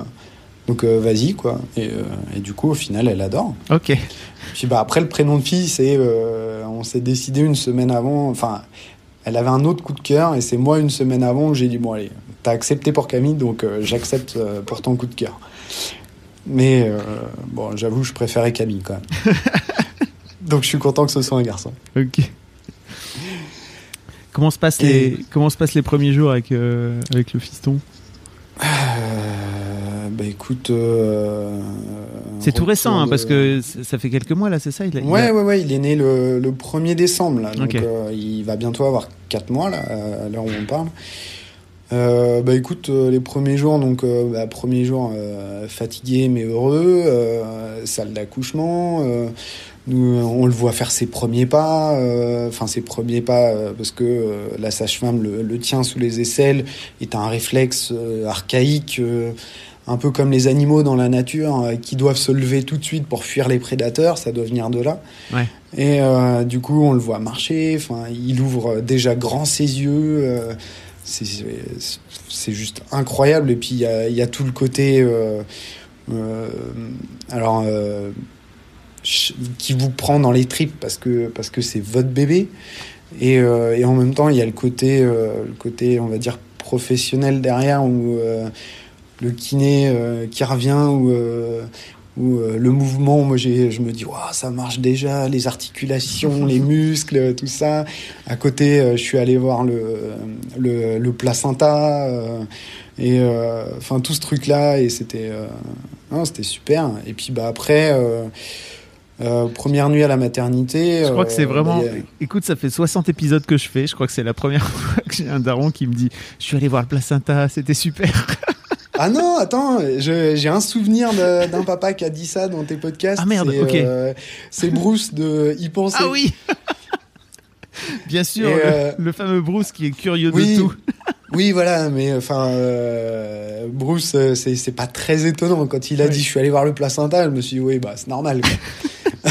vas-y, quoi. Et du coup, au final, elle adore. Ok. Puis après, le prénom de fille, on s'est décidé une semaine avant. Enfin, elle avait un autre coup de cœur, et c'est moi, une semaine avant, où j'ai dit allez, t'as accepté pour Camille, donc j'accepte pour ton coup de cœur. Mais j'avoue, je préférais Camille quand même. Donc je suis content que ce soit un garçon. Ok. Comment se passent les premiers jours avec le fiston? Écoute, c'est tout récent, parce que ça fait quelques mois là, c'est ça? Ouais, il est né le 1er décembre là, donc okay. Il va bientôt avoir 4 mois là, à l'heure où on parle. Écoute, les premiers jours, fatigué mais heureux, salle d'accouchement. Nous, on le voit faire ses premiers pas, parce que la sage-femme le tient sous les aisselles, est un réflexe archaïque, un peu comme les animaux dans la nature, qui doivent se lever tout de suite pour fuir les prédateurs, ça doit venir de là. Ouais. Et du coup, on le voit marcher, il ouvre déjà grand ses yeux, c'est juste incroyable. Et puis il y a tout le côté qui vous prend dans les tripes parce que c'est votre bébé, et en même temps il y a le côté on va dire professionnel derrière, où le kiné qui revient, ou le mouvement, moi je me dis ça marche déjà, les articulations, les muscles, tout ça. À côté, je suis allé voir le placenta, et tout ce truc là, et c'était super. Et puis après, première nuit à la maternité, je crois que c'est vraiment écoute, ça fait 60 épisodes que je fais, je crois que c'est la première fois que j'ai un daron qui me dit je suis allé voir le placenta, c'était super. Ah non, attends, j'ai un souvenir d'un papa qui a dit ça dans tes podcasts. Ah merde, c'est Bruce de Y penser. Ah oui. Bien sûr, le fameux Bruce qui est curieux de tout. Oui, voilà, mais Bruce, c'est pas très étonnant. Quand il a dit je suis allé voir le placenta, je me suis dit c'est normal, quoi.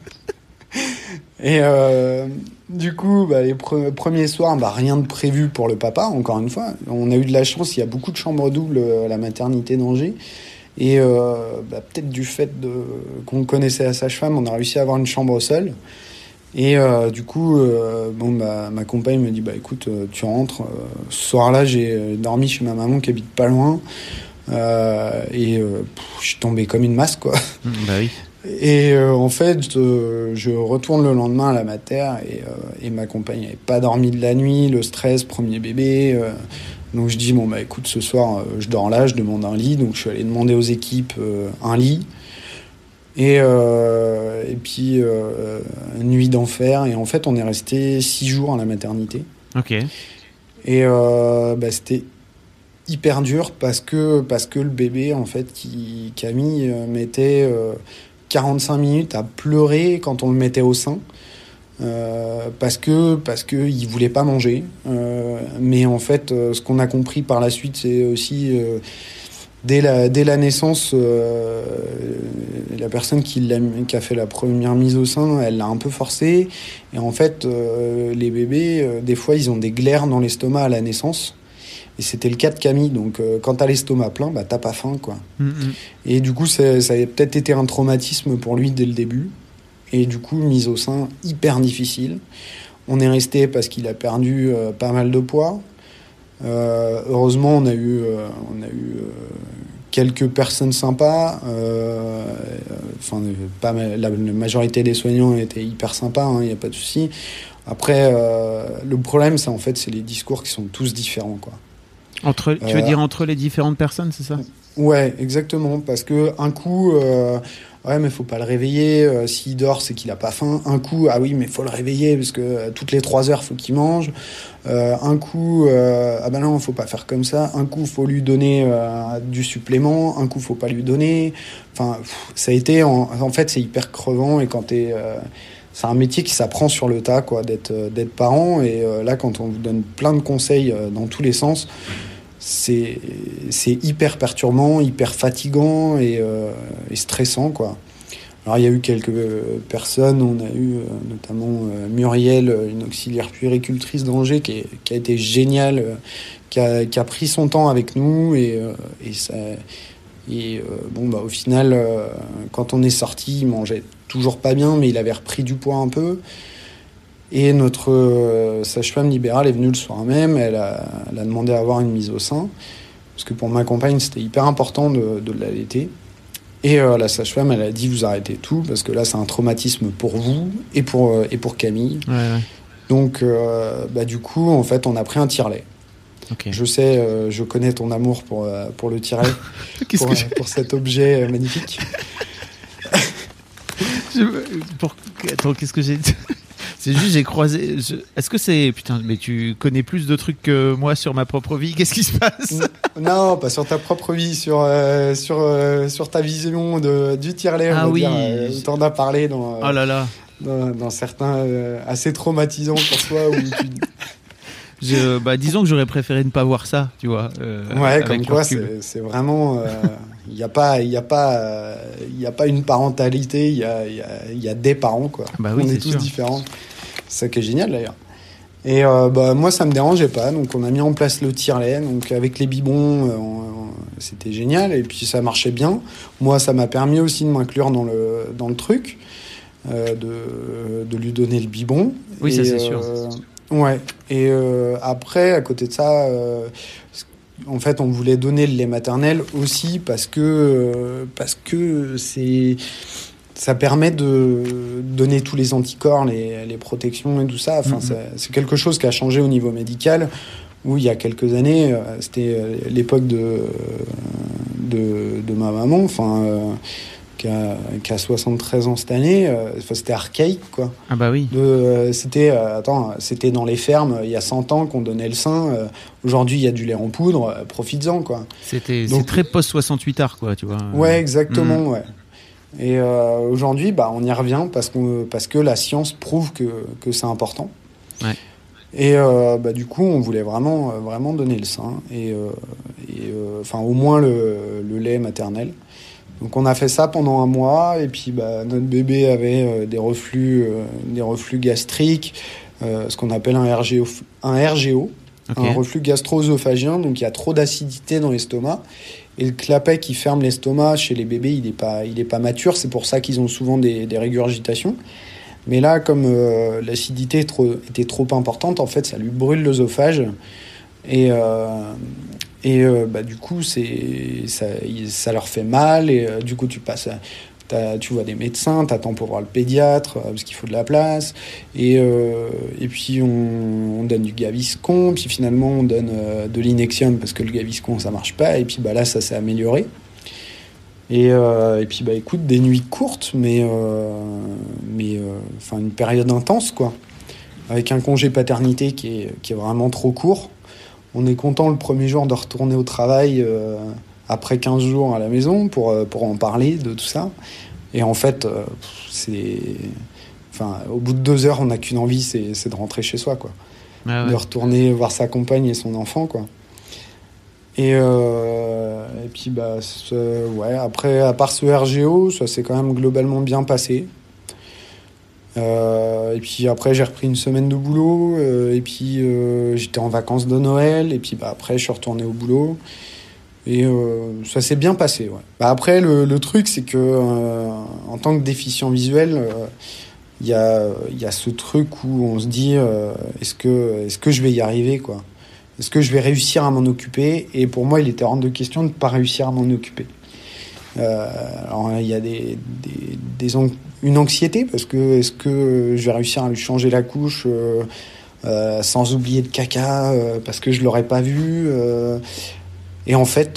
Et du coup, les premiers soirs, rien de prévu pour le papa, encore une fois. On a eu de la chance, il y a beaucoup de chambres doubles à la maternité d'Angers. Et peut-être du fait qu'on connaissait la sage-femme, on a réussi à avoir une chambre seule. Et du coup, ma compagne me dit écoute, tu rentres. Ce soir-là, j'ai dormi chez ma maman qui habite pas loin. Je suis tombé comme une masse, quoi. Bah oui. Et en fait, je retourne le lendemain à la mater et ma compagne n'avait pas dormi de la nuit, le stress, premier bébé. Donc je dis écoute, ce soir je dors là, je demande un lit. Donc je suis allé demander aux équipes un lit. Et puis nuit d'enfer. Et en fait, on est resté 6 jours à la maternité. Ok. Et c'était hyper dur parce que le bébé, en fait, Camille mettait 45 minutes à pleurer quand on le mettait au sein. Parce que il voulait pas manger. Mais en fait, ce qu'on a compris par la suite, c'est aussi dès la naissance, la personne qui a fait la première mise au sein, elle l'a un peu forcé. Et en fait, les bébés, des fois, ils ont des glaires dans l'estomac à la naissance. Et c'était le cas de Camille. Donc, quand t'as l'estomac plein, t'as pas faim, quoi. Et du coup, ça a peut-être été un traumatisme pour lui dès le début. Et du coup, mise au sein, hyper difficile. On est resté parce qu'il a perdu pas mal de poids. Heureusement, on a eu quelques personnes sympas. La majorité des soignants étaient hyper sympas, il n'y a pas de souci. Après, le problème, c'est les discours qui sont tous différents, quoi. Tu veux dire entre les différentes personnes, c'est ça ? Ouais, exactement. Parce que un coup, mais faut pas le réveiller. S'il dort, c'est qu'il a pas faim. Un coup, ah oui, mais faut le réveiller parce que toutes les 3 heures, faut qu'il mange. Un coup, non, faut pas faire comme ça. Un coup, faut lui donner du supplément. Un coup, faut pas lui donner. Enfin, ça a été. En fait, c'est hyper crevant. Et quand c'est un métier qui s'apprend sur le tas, quoi, d'être parent. Et là, quand on vous donne plein de conseils dans tous les sens. C'est hyper perturbant, hyper fatigant et stressant, quoi. Alors, il y a eu quelques personnes, on a eu notamment Muriel, une auxiliaire puéricultrice d'Angers qui a été géniale, qui a pris son temps avec nous au final, quand on est sorti, il mangeait toujours pas bien, mais il avait repris du poids un peu. Et notre sage-femme libérale est venue le soir même, elle a demandé à avoir une mise au sein, parce que pour ma compagne, c'était hyper important de l'allaiter. Et la sage-femme, elle a dit, vous arrêtez tout, parce que là, c'est un traumatisme pour vous et pour Camille. Ouais. Donc, du coup, en fait, on a pris un tire-lait. Okay. Je sais, je connais ton amour pour le tire-lait, pour cet objet magnifique. Attends, qu'est-ce que j'ai dit ? C'est juste, j'ai croisé. Est-ce que c'est. Putain, mais tu connais plus de trucs que moi sur ma propre vie. Qu'est-ce qui se passe ? Non, pas sur ta propre vie, sur ta vision du tire-lait. Ah oui. T'en as parlé dans. Oh là là. Dans certains assez traumatisants pour toi. Disons que j'aurais préféré ne pas voir ça, tu vois. Comme quoi, c'est vraiment. Il n'y a pas une parentalité, il y a des parents, quoi. Bah oui, on est tous différents. C'est ça qui est génial, d'ailleurs. Et moi, ça me dérangeait pas. Donc, on a mis en place le tire-lait. Donc, avec les bibons, c'était génial. Et puis, ça marchait bien. Moi, ça m'a permis aussi de m'inclure dans le truc, de lui donner le bibon. Oui, ça, c'est sûr. Ouais. Et après, à côté de ça, en fait, on voulait donner le lait maternel aussi parce que ça permet de donner tous les anticorps, les protections et tout ça. Enfin, c'est quelque chose qui a changé au niveau médical. Où il y a quelques années, c'était l'époque de ma maman. Qui a 73 ans cette année, c'était archaïque, quoi. Ah bah oui. C'était dans les fermes, il y a 100 ans qu'on donnait le sein. Aujourd'hui, il y a du lait en poudre, profites-en, quoi. C'est très post-68 art, quoi, tu vois. Ouais, exactement, ouais. Et aujourd'hui, on y revient parce que la science prouve que c'est important. Ouais. Et du coup, on voulait vraiment donner le sein au moins le lait maternel. Donc on a fait ça pendant 1 mois et puis notre bébé avait des reflux gastriques, ce qu'on appelle un RGO, okay. Un reflux gastro-œsophagien, donc il y a trop d'acidité dans l'estomac et le clapet qui ferme l'estomac chez les bébés, il est pas mature, c'est pour ça qu'ils ont souvent des régurgitations. Mais là, comme l'acidité était trop importante, en fait, ça lui brûle l'œsophage. Et du coup, ça leur fait mal. Et du coup, tu vois des médecins, t'attends pour voir le pédiatre, parce qu'il faut de la place. Et puis, on donne du Gaviscon. Puis finalement, on donne de l'Inexium, parce que le Gaviscon, ça marche pas. Et puis là, ça s'est amélioré. Et puis écoute, des nuits courtes, mais une période intense, quoi, avec un congé paternité qui est vraiment trop court. On est content le premier jour de retourner au travail après 15 jours à la maison pour en parler de tout ça. Et en fait, au bout de 2 heures, on n'a qu'une envie, c'est de rentrer chez soi, quoi. Ah ouais. De retourner voir sa compagne et son enfant, quoi. Et puis après, à part ce RGO, ça s'est quand même globalement bien passé. Et puis après, j'ai repris une semaine de boulot. Et puis j'étais en vacances de Noël. Et puis après, je suis retourné au boulot. Et ça s'est bien passé. Ouais. Après, le truc, c'est que en tant que déficient visuel, il y a ce truc où on se dit est-ce que je vais y arriver, quoi? Est-ce que je vais réussir à m'en occuper? Et pour moi, il était hors de question de ne pas réussir à m'en occuper. Alors, il y a une anxiété, parce que est-ce que je vais réussir à lui changer la couche sans oublier de caca, parce que je ne l'aurais pas vu. Et en fait,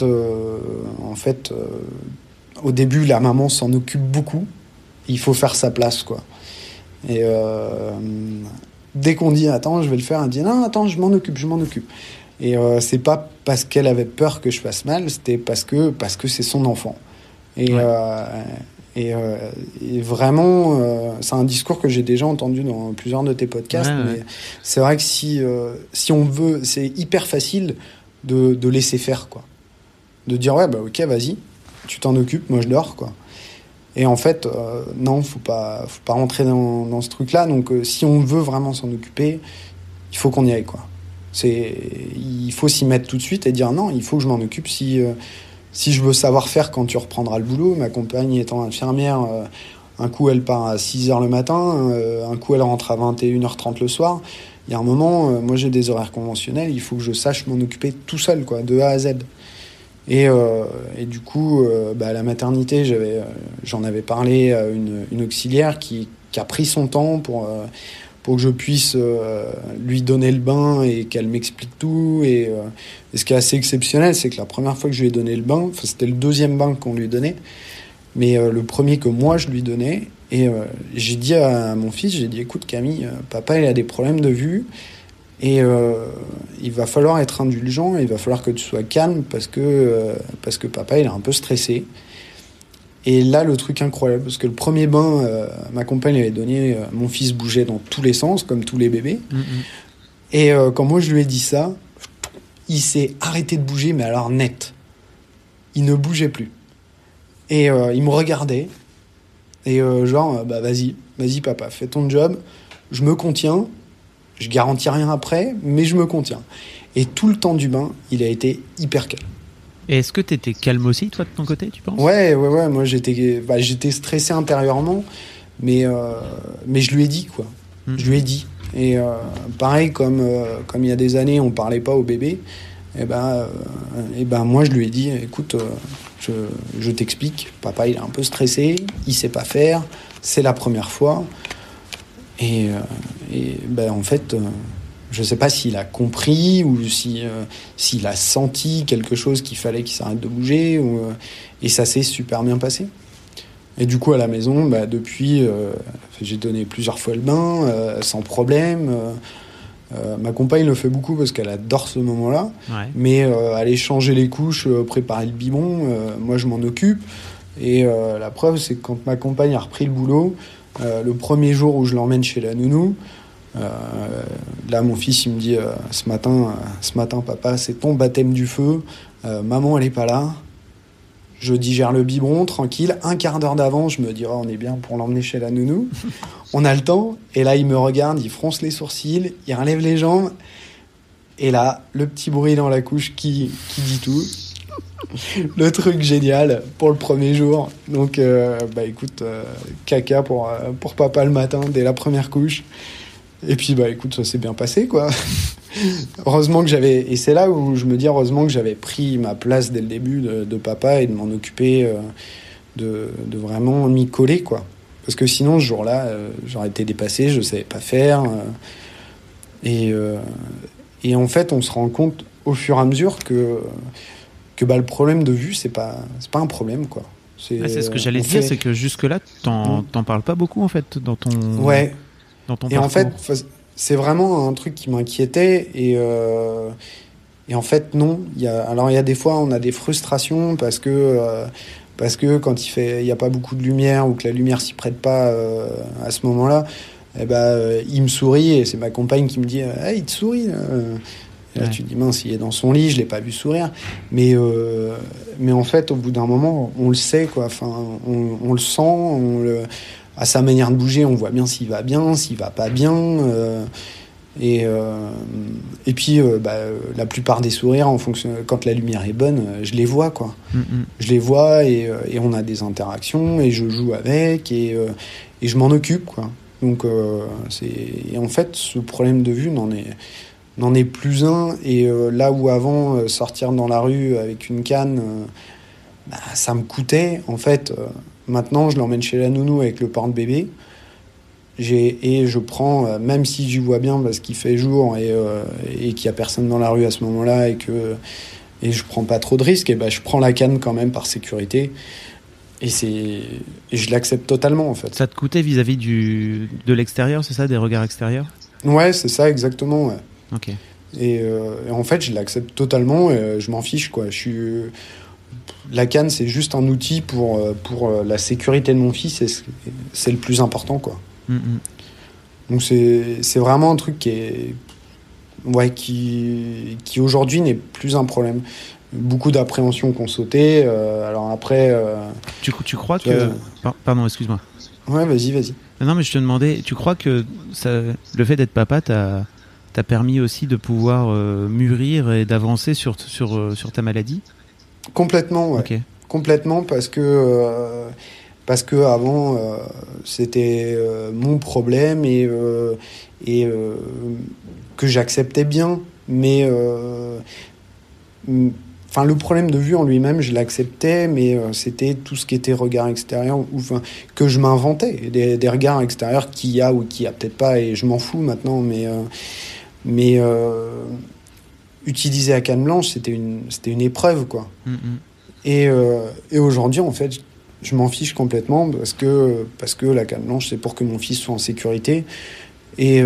au début, la maman s'en occupe beaucoup. Il faut faire sa place, quoi. Et dès qu'on dit « Attends, je vais le faire », elle dit « Non, attends, je m'en occupe. » Et c'est pas parce qu'elle avait peur que je fasse mal, c'était parce que c'est son enfant. Et vraiment, c'est un discours que j'ai déjà entendu dans plusieurs de tes podcasts, mais c'est vrai que si on veut, c'est hyper facile de laisser faire, quoi. De dire « Ouais, ok, vas-y, tu t'en occupes, moi je dors, quoi. » Et en fait, non, faut pas rentrer dans ce truc-là. Donc, si on veut vraiment s'en occuper, il faut qu'on y aille, quoi. Il faut s'y mettre tout de suite et dire non, il faut que je m'en occupe. Si je veux savoir faire quand tu reprendras le boulot, ma compagne étant infirmière, un coup elle part à 6h le matin, un coup elle rentre à 21h30 le soir. Il y a un moment, moi j'ai des horaires conventionnels, il faut que je sache m'en occuper tout seul, quoi, de A à Z. Et du coup, à la maternité, j'en avais parlé à une auxiliaire qui a pris son temps pour que je puisse lui donner le bain et qu'elle m'explique tout. Et ce qui est assez exceptionnel, c'est que la première fois que je lui ai donné le bain, c'était le deuxième bain qu'on lui donnait, mais le premier que moi je lui donnais. Et j'ai dit à mon fils, écoute Camille, papa il a des problèmes de vue. Et il va falloir être indulgent, il va falloir que tu sois calme parce que papa il est un peu stressé. Et là, le truc incroyable, parce que le premier bain, ma compagne avait donné, mon fils bougeait dans tous les sens, comme tous les bébés. Et quand moi je lui ai dit ça, il s'est arrêté de bouger, mais alors net. Il ne bougeait plus. Et il me regardait, et vas-y papa, fais ton job, je me contiens. Je garantis rien après, mais je me contiens. Et tout le temps du bain, il a été hyper calme. Et est-ce que tu étais calme aussi, toi, de ton côté, tu penses ? Ouais. Moi, j'étais stressé intérieurement, mais je lui ai dit, quoi. Je lui ai dit. Et pareil, comme il y a des années, on parlait pas au bébé, moi, je lui ai dit, écoute, je t'explique, papa, il est un peu stressé, il sait pas faire, c'est la première fois. Et en fait, je sais pas s'il a compris ou s'il a senti quelque chose qu'il fallait qu'il s'arrête de bouger. Et ça s'est super bien passé. Et du coup, à la maison, depuis, j'ai donné plusieurs fois le bain, sans problème. Ma compagne le fait beaucoup parce qu'elle adore ce moment-là. Ouais. Mais aller changer les couches, préparer le biberon, moi, je m'en occupe. Et la preuve, c'est que quand ma compagne a repris le boulot, le premier jour où je l'emmène chez la nounou, là mon fils il me dit ce matin papa, c'est ton baptême du feu, maman elle est pas là, je digère le biberon tranquille, un quart d'heure d'avant je me dis on est bien pour l'emmener chez la nounou, on a le temps. Et là il me regarde, il fronce les sourcils, il relève les jambes, et là le petit bruit dans la couche qui dit tout. Le truc génial pour le premier jour. Donc, écoute, caca pour papa le matin, dès la première couche. Et puis, écoute, ça s'est bien passé, quoi. Heureusement que et c'est là où je me dis, heureusement que j'avais pris ma place dès le début de papa et de m'en occuper, de vraiment m'y coller, quoi. Parce que sinon, ce jour-là, j'aurais été dépassé, je savais pas faire. Et en fait, on se rend compte au fur et à mesure que le problème de vue, c'est pas un problème, quoi. C'est ce que j'allais dire, c'est que jusque-là, t'en parles pas beaucoup, en fait, dans ton parcours. Et en fait, c'est vraiment un truc qui m'inquiétait. Et en fait, non. Il y a des fois, on a des frustrations parce que quand il y a pas beaucoup de lumière ou que la lumière s'y prête pas à ce moment-là, il me sourit et c'est ma compagne qui me dit « Hey, il te sourit !» Et là, tu te dis, mince, il est dans son lit, je l'ai pas vu sourire. Mais en fait, au bout d'un moment, on le sait, quoi. Enfin, on le sent, à sa manière de bouger, on voit bien s'il va pas bien. Et puis, la plupart des sourires, en fonction, quand la lumière est bonne, je les vois, quoi. Je les vois et on a des interactions et je joue avec et je m'en occupe, quoi. Donc, et en fait, ce problème de vue n'en est plus un. Et là où avant, sortir dans la rue avec une canne, ça me coûtait. En fait, maintenant, je l'emmène chez la nounou avec le porte-bébé. Et je prends, même si j'y vois bien parce qu'il fait jour et qu'il n'y a personne dans la rue à ce moment-là et je prends pas trop de risques, et je prends la canne quand même par sécurité. Et je l'accepte totalement, en fait. Ça te coûtait vis-à-vis de l'extérieur, c'est ça, des regards extérieurs ? Ouais, c'est ça, exactement, ouais. Ok. Et en fait, je l'accepte totalement et je m'en fiche, quoi. La canne, c'est juste un outil pour la sécurité de mon fils et c'est le plus important, quoi. Donc c'est vraiment un truc qui aujourd'hui n'est plus un problème. Beaucoup d'appréhensions qu'on sautait. Alors après... Tu crois que... Pardon, excuse-moi. Ouais, vas-y. Non, mais je te demandais, tu crois que le fait d'être papa t'a permis aussi de pouvoir mûrir et d'avancer sur ta maladie ? Complètement, ouais. Okay. Complètement, parce que avant c'était mon problème et que j'acceptais bien, mais le problème de vue en lui-même, je l'acceptais, mais c'était tout ce qui était regard extérieur, que je m'inventais, des regards extérieurs qu'il y a ou qu'il y a peut-être pas, et je m'en fous maintenant, mais utiliser la canne blanche, c'était une épreuve, quoi. Et aujourd'hui, en fait, je m'en fiche complètement parce que la canne blanche, c'est pour que mon fils soit en sécurité. Et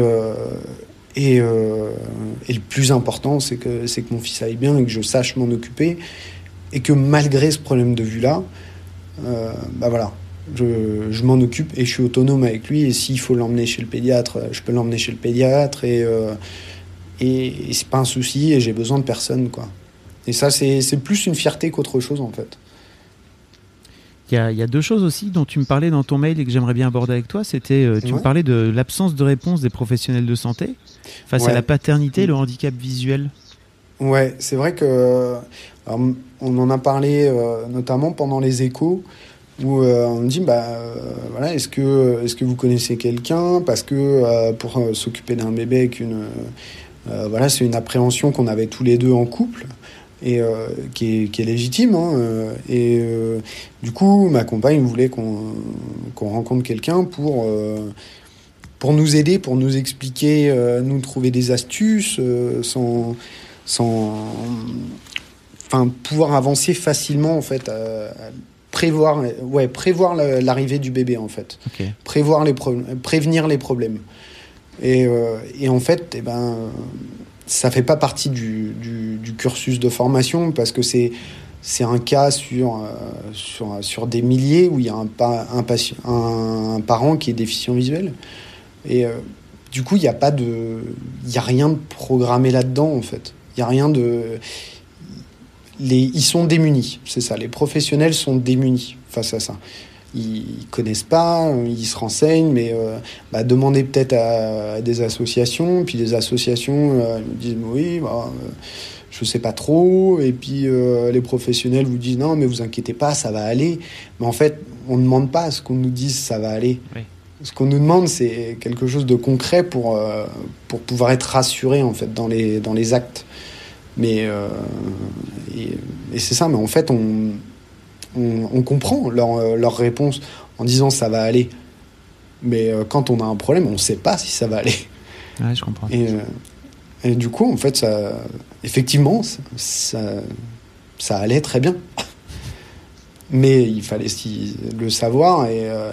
le plus important, c'est que mon fils aille bien et que je sache m'en occuper. Et que malgré ce problème de vue-là, voilà, je m'en occupe et je suis autonome avec lui. Et s'il faut l'emmener chez le pédiatre, je peux l'emmener chez le pédiatre. Et c'est pas un souci et j'ai besoin de personne, quoi. Et ça, c'est plus une fierté qu'autre chose, en fait. Il y a deux choses aussi dont tu me parlais dans ton mail et que j'aimerais bien aborder avec toi. C'était, tu me parlais de l'absence de réponse des professionnels de santé face à la paternité et le handicap visuel. Ouais, c'est vrai que on en a parlé notamment pendant les échos où on me dit voilà, est-ce que vous connaissez quelqu'un, parce que pour s'occuper d'un bébé avec voilà, c'est une appréhension qu'on avait tous les deux en couple. Et qui est légitime, hein, et du coup ma compagne voulait qu'on rencontre quelqu'un pour nous aider, pour nous expliquer, nous trouver des astuces, pouvoir avancer facilement, en fait, prévoir l'arrivée du bébé, en fait. Okay. Prévenir les problèmes. Et en fait, ça fait pas partie du cursus de formation, parce que c'est un cas sur des milliers où il y a un parent qui est déficient visuel. Et du coup, il y a rien de programmé là-dedans, en fait. Il y a rien de... Ils sont démunis, c'est ça. Les professionnels sont démunis face à ça. Ils connaissent pas, ils se renseignent, mais demandez peut-être à des associations, puis des associations me disent oui, je sais pas trop. Et puis les professionnels vous disent non, mais vous inquiétez pas, ça va aller. Mais en fait, on ne demande pas à ce qu'on nous dise ça va aller. Oui. Ce qu'on nous demande, c'est quelque chose de concret pour pouvoir être rassuré en fait dans les actes. Mais et c'est ça. Mais en fait, on comprend leur réponse en disant ça va aller. Mais quand on a un problème, on ne sait pas si ça va aller. Ouais, je comprends. Et du coup, en fait, ça, effectivement, ça allait très bien. Mais il fallait le savoir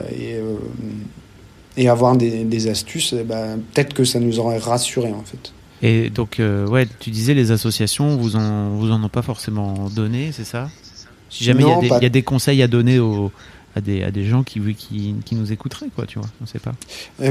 et avoir des astuces. Peut-être que ça nous aurait rassurés, en fait. Et donc, tu disais les associations vous en ont pas forcément donné, c'est ça ? Si jamais il y a des conseils à donner à des gens qui nous écouteraient, quoi, tu vois, on sait pas. Eh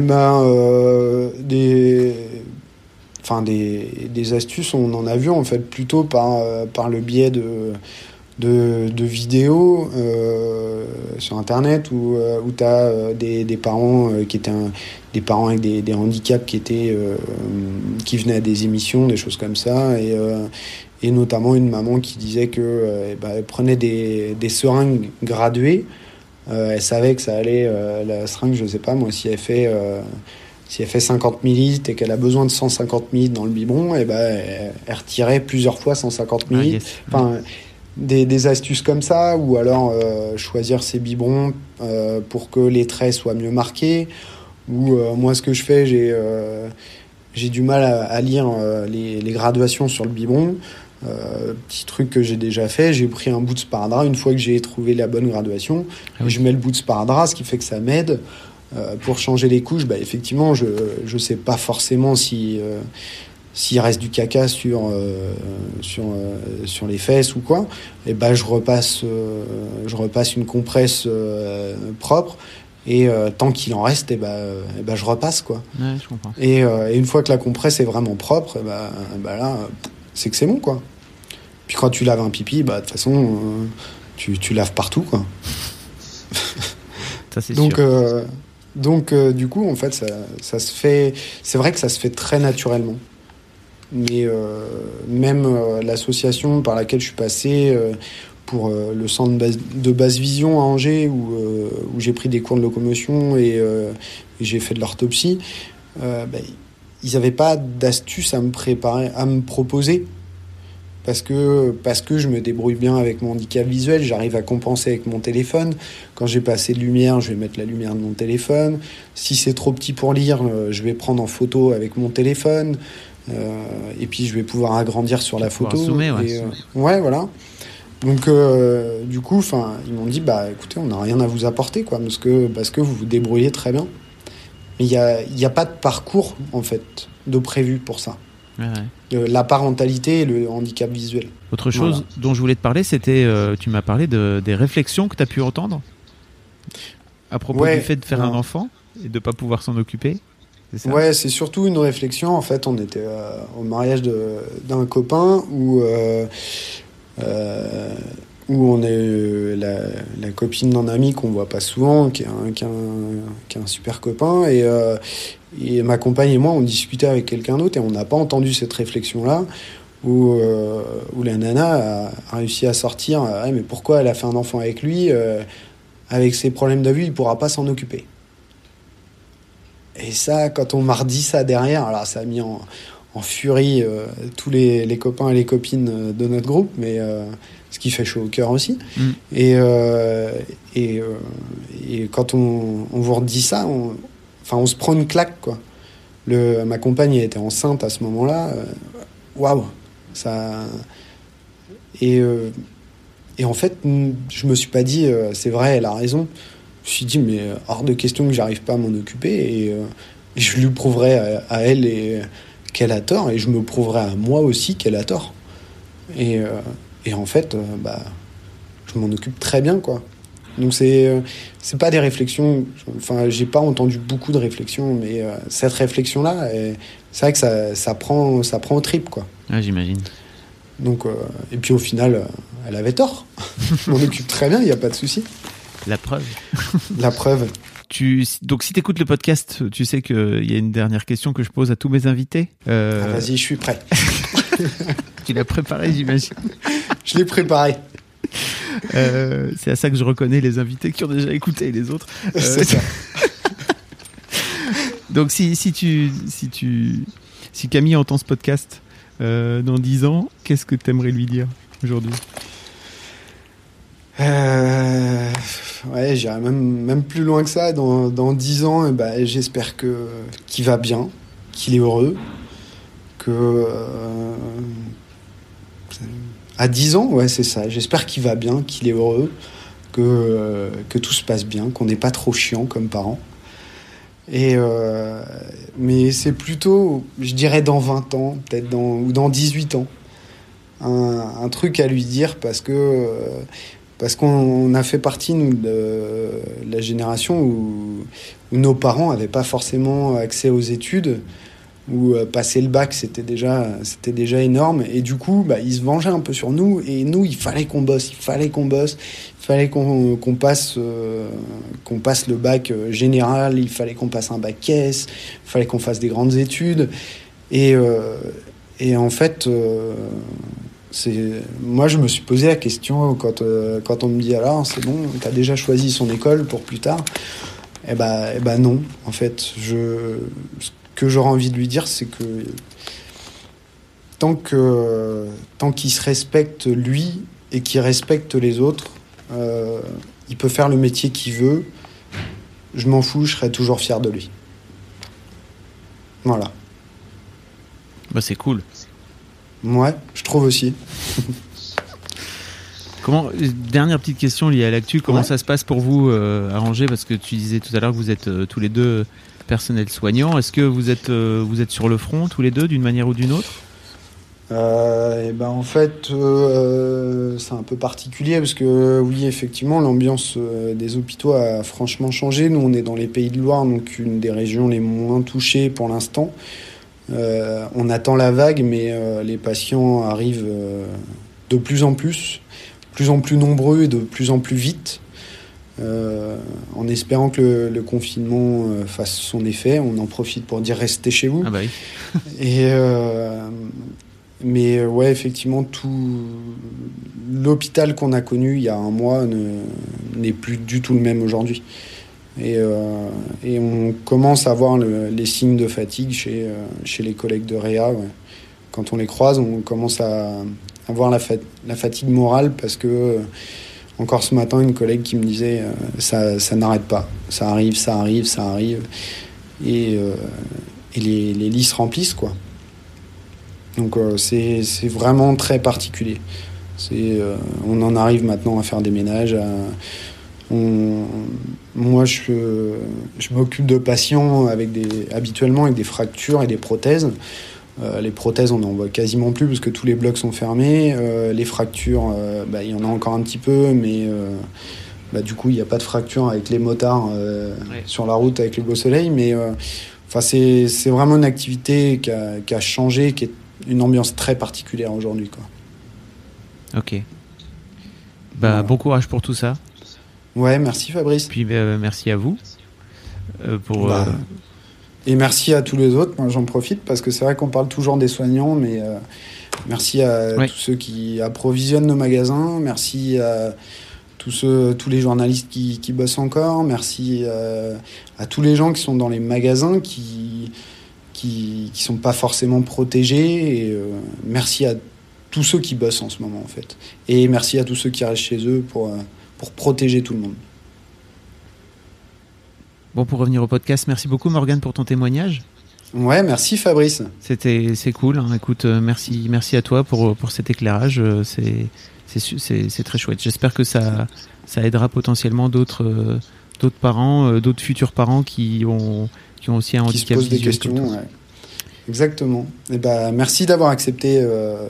des astuces, on en a vu en fait plutôt par le biais de vidéos sur internet où tu as des parents qui étaient des parents avec des handicaps qui venaient à des émissions, des choses comme ça, et notamment une maman qui disait que elle prenait des seringues graduées. Elle savait que ça allait, la seringue, je sais pas moi, si elle fait 50 millilitres et qu'elle a besoin de 150 millilitres dans le biberon, elle retirait plusieurs fois 150 millilitres. Enfin, des astuces comme ça, ou alors choisir ses biberons pour que les traits soient mieux marqués. Ou moi, ce que je fais, j'ai du mal à lire les graduations sur le biberon. Petit truc que j'ai déjà fait, j'ai pris un bout de sparadrap une fois que j'ai trouvé la bonne graduation. Je mets le bout de sparadrap, ce qui fait que ça m'aide pour changer les couches. Effectivement, je sais pas forcément s'il reste du caca sur les fesses ou quoi. Et je repasse une compresse propre. Et tant qu'il en reste, je repasse, quoi. Ouais, je comprends. Et une fois que la compresse est vraiment propre, là, c'est que c'est bon, quoi. Puis quand tu laves un pipi, de toute façon, tu laves partout, quoi. Ça, c'est sûr. Donc, du coup, en fait, ça se fait... C'est vrai que ça se fait très naturellement. Mais même l'association par laquelle je suis passé... pour le centre de basse vision à Angers où j'ai pris des cours de locomotion et j'ai fait de l'orthopsie, ils n'avaient pas d'astuces à me proposer parce que je me débrouille bien avec mon handicap visuel, j'arrive à compenser avec mon téléphone. Quand j'ai pas assez de lumière, je vais mettre la lumière de mon téléphone. Si c'est trop petit pour lire, je vais prendre en photo avec mon téléphone et puis je vais pouvoir agrandir sur la photo. Zoomer, ouais, voilà. Donc du coup, ils m'ont dit écoutez, on n'a rien à vous apporter, quoi, parce que vous vous débrouillez très bien. Mais il y a pas de parcours en fait de prévu pour ça. Ouais. La parentalité et le handicap visuel. Autre chose dont je voulais te parler, c'était tu m'as parlé des réflexions que tu as pu entendre à propos du fait de faire un enfant et de pas pouvoir s'en occuper. C'est ça ? Ouais, c'est surtout une réflexion. En fait, on était au mariage d'un copain où on est la copine d'un ami qu'on voit pas souvent, qui est un super copain, et ma compagne et moi on discutait avec quelqu'un d'autre et on n'a pas entendu cette réflexion là où la nana a réussi à sortir mais pourquoi elle a fait un enfant avec lui, avec ses problèmes de vue il pourra pas s'en occuper. Et ça, quand on m'a redit ça derrière, alors ça a mis en furie tous les copains et les copines de notre groupe, mais ce qui fait chaud au cœur aussi. Et quand on vous redit ça, on se prend une claque, quoi. Ma compagne était enceinte à ce moment-là. Waouh, ça. Et en fait, je me suis pas dit c'est vrai, elle a raison. Je me suis dit mais hors de question que j'arrive pas à m'en occuper et je lui prouverai à elle qu'elle a tort et je me prouverai à moi aussi qu'elle a tort. Et en fait, je m'en occupe très bien, quoi. Donc c'est pas des réflexions. Enfin, j'ai pas entendu beaucoup de réflexions, mais cette réflexion-là, c'est vrai que ça prend au trip, quoi. Ah, j'imagine. Donc et puis au final, elle avait tort. Je m'en occupe très bien, il y a pas de souci. La preuve. La preuve. Donc si tu écoutes le podcast, tu sais qu'il y a une dernière question que je pose à tous mes invités. Vas-y, je suis prêt. Tu l'as préparé, j'imagine. Je l'ai préparé. C'est à ça que je reconnais les invités qui ont déjà écouté et les autres. C'est ça. Donc si Camille entend ce podcast dans 10 ans, qu'est-ce que tu aimerais lui dire aujourd'hui ? Ouais, j'irais même plus loin que ça. Dans 10 ans, j'espère qu'il va bien, qu'il est heureux, à 10 ans, ouais, c'est ça. J'espère qu'il va bien, qu'il est heureux, que tout se passe bien, qu'on n'est pas trop chiant comme parents. Mais c'est plutôt, je dirais, dans 20 ans, peut-être ou dans 18 ans, un truc à lui dire parce qu'on a fait partie, nous, de la génération où nos parents n'avaient pas forcément accès aux études, où passer le bac, c'était déjà énorme. Et du coup, ils se vengeaient un peu sur nous. Et nous, il fallait qu'on bosse, il fallait qu'on passe le bac général, il fallait qu'on passe un bac S, il fallait qu'on fasse des grandes études. Et en fait... moi, je me suis posé la question quand on me dit alors c'est bon, t'as déjà choisi son école pour plus tard. Eh ben non. En fait, ce que j'aurais envie de lui dire, c'est que tant qu'il se respecte lui et qu'il respecte les autres, il peut faire le métier qu'il veut. Je m'en fous, je serai toujours fier de lui. Voilà. C'est cool. Ouais, je trouve aussi. Dernière petite question liée à l'actu, comment ça se passe pour vous à Angers, parce que tu disais tout à l'heure que vous êtes tous les deux personnels soignants. Est-ce que vous êtes sur le front tous les deux d'une manière ou d'une autre ? En fait, c'est un peu particulier parce que oui, effectivement, l'ambiance des hôpitaux a franchement changé. Nous, on est dans les Pays de Loire, donc une des régions les moins touchées pour l'instant. On attend la vague, mais les patients arrivent de plus en plus nombreux et de plus en plus vite. En espérant que le confinement fasse son effet, on en profite pour dire restez chez vous. Ah bah oui. Mais ouais, effectivement, tout l'hôpital qu'on a connu il y a un mois n'est plus du tout le même aujourd'hui. Et on commence à voir les signes de fatigue chez les collègues de Réa. Ouais. Quand on les croise, on commence à voir la fatigue morale parce que encore ce matin, une collègue qui me disait ça n'arrête pas, ça arrive. Et les lits se remplissent, quoi. Donc c'est vraiment très particulier. On en arrive maintenant à faire des ménages. Moi, je m'occupe de patients habituellement avec des fractures et des prothèses. Les prothèses, on n'en voit quasiment plus parce que tous les blocs sont fermés. Les fractures, il y en a encore un petit peu, mais du coup, il n'y a pas de fracture avec les motards sur la route avec le beau soleil. Mais c'est vraiment une activité qui a changé, qui est une ambiance très particulière aujourd'hui, quoi. Ok. Bon courage pour tout ça. Ouais, merci Fabrice. Puis merci à vous. Et merci à tous les autres. Moi, j'en profite parce que c'est vrai qu'on parle toujours des soignants, mais merci à tous ceux qui approvisionnent nos magasins. Merci à tous les journalistes qui bossent encore. Merci à tous les gens qui sont dans les magasins qui sont pas forcément protégés. Et merci à tous ceux qui bossent en ce moment, en fait. Et merci à tous ceux qui restent chez eux pour protéger tout le monde. Bon, pour revenir au podcast, merci beaucoup Morgane pour ton témoignage. Ouais, merci Fabrice. C'est cool. Hein. Écoute, merci à toi pour cet éclairage. C'est très chouette. J'espère que ça aidera potentiellement d'autres parents, d'autres futurs parents qui ont aussi un handicap visuel. Qui se posent des questions. Ouais. Exactement. Et merci d'avoir accepté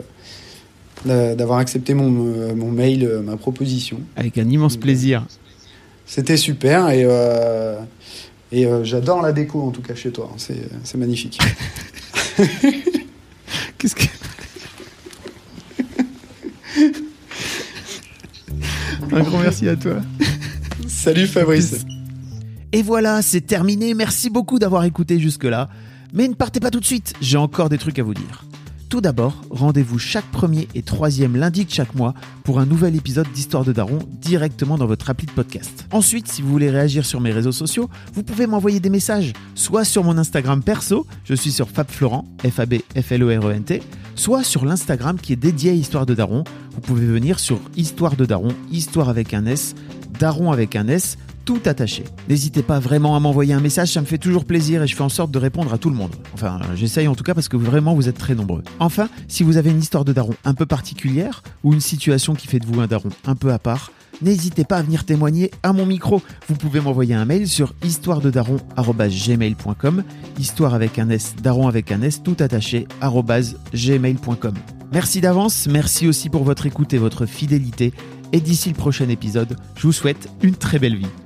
mon mail, ma proposition. Avec un immense plaisir. C'était super et j'adore la déco en tout cas chez toi. C'est magnifique. Qu'est-ce que... Un grand merci à toi. Salut Fabrice. Et voilà, c'est terminé. Merci beaucoup d'avoir écouté jusque-là. Mais ne partez pas tout de suite, j'ai encore des trucs à vous dire. Tout d'abord, rendez-vous chaque premier et troisième lundi de chaque mois pour un nouvel épisode d'Histoire de Daron directement dans votre appli de podcast. Ensuite, si vous voulez réagir sur mes réseaux sociaux, vous pouvez m'envoyer des messages, soit sur mon Instagram perso, je suis sur FabFlorent, FabFlorent, soit sur l'Instagram qui est dédié à Histoire de Daron. Vous pouvez venir sur Histoire de Daron, Histoire avec un S, Daron avec un S, tout attaché. N'hésitez pas vraiment à m'envoyer un message, ça me fait toujours plaisir et je fais en sorte de répondre à tout le monde. Enfin, j'essaye en tout cas parce que vraiment vous êtes très nombreux. Enfin, si vous avez une histoire de daron un peu particulière ou une situation qui fait de vous un daron un peu à part, n'hésitez pas à venir témoigner à mon micro. Vous pouvez m'envoyer un mail sur histoirededaron@gmail.com, histoire avec un S, daron avec un S, tout attaché, @gmail.com. Merci d'avance, merci aussi pour votre écoute et votre fidélité. Et d'ici le prochain épisode, je vous souhaite une très belle vie.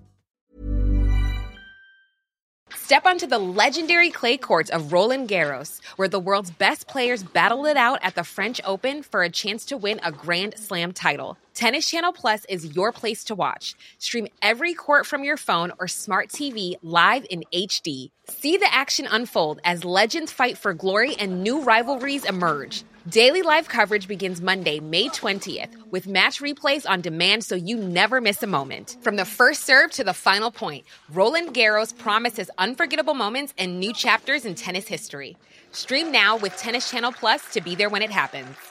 Step onto the legendary clay courts of Roland Garros, where the world's best players battle it out at the French Open for a chance to win a Grand Slam title. Tennis Channel Plus is your place to watch. Stream every court from your phone or smart TV live in HD. See the action unfold as legends fight for glory and new rivalries emerge. Daily live coverage begins Monday, May 20th, with match replays on demand so you never miss a moment. From the first serve to the final point, Roland Garros promises unforgettable moments and new chapters in tennis history. Stream now with Tennis Channel Plus to be there when it happens.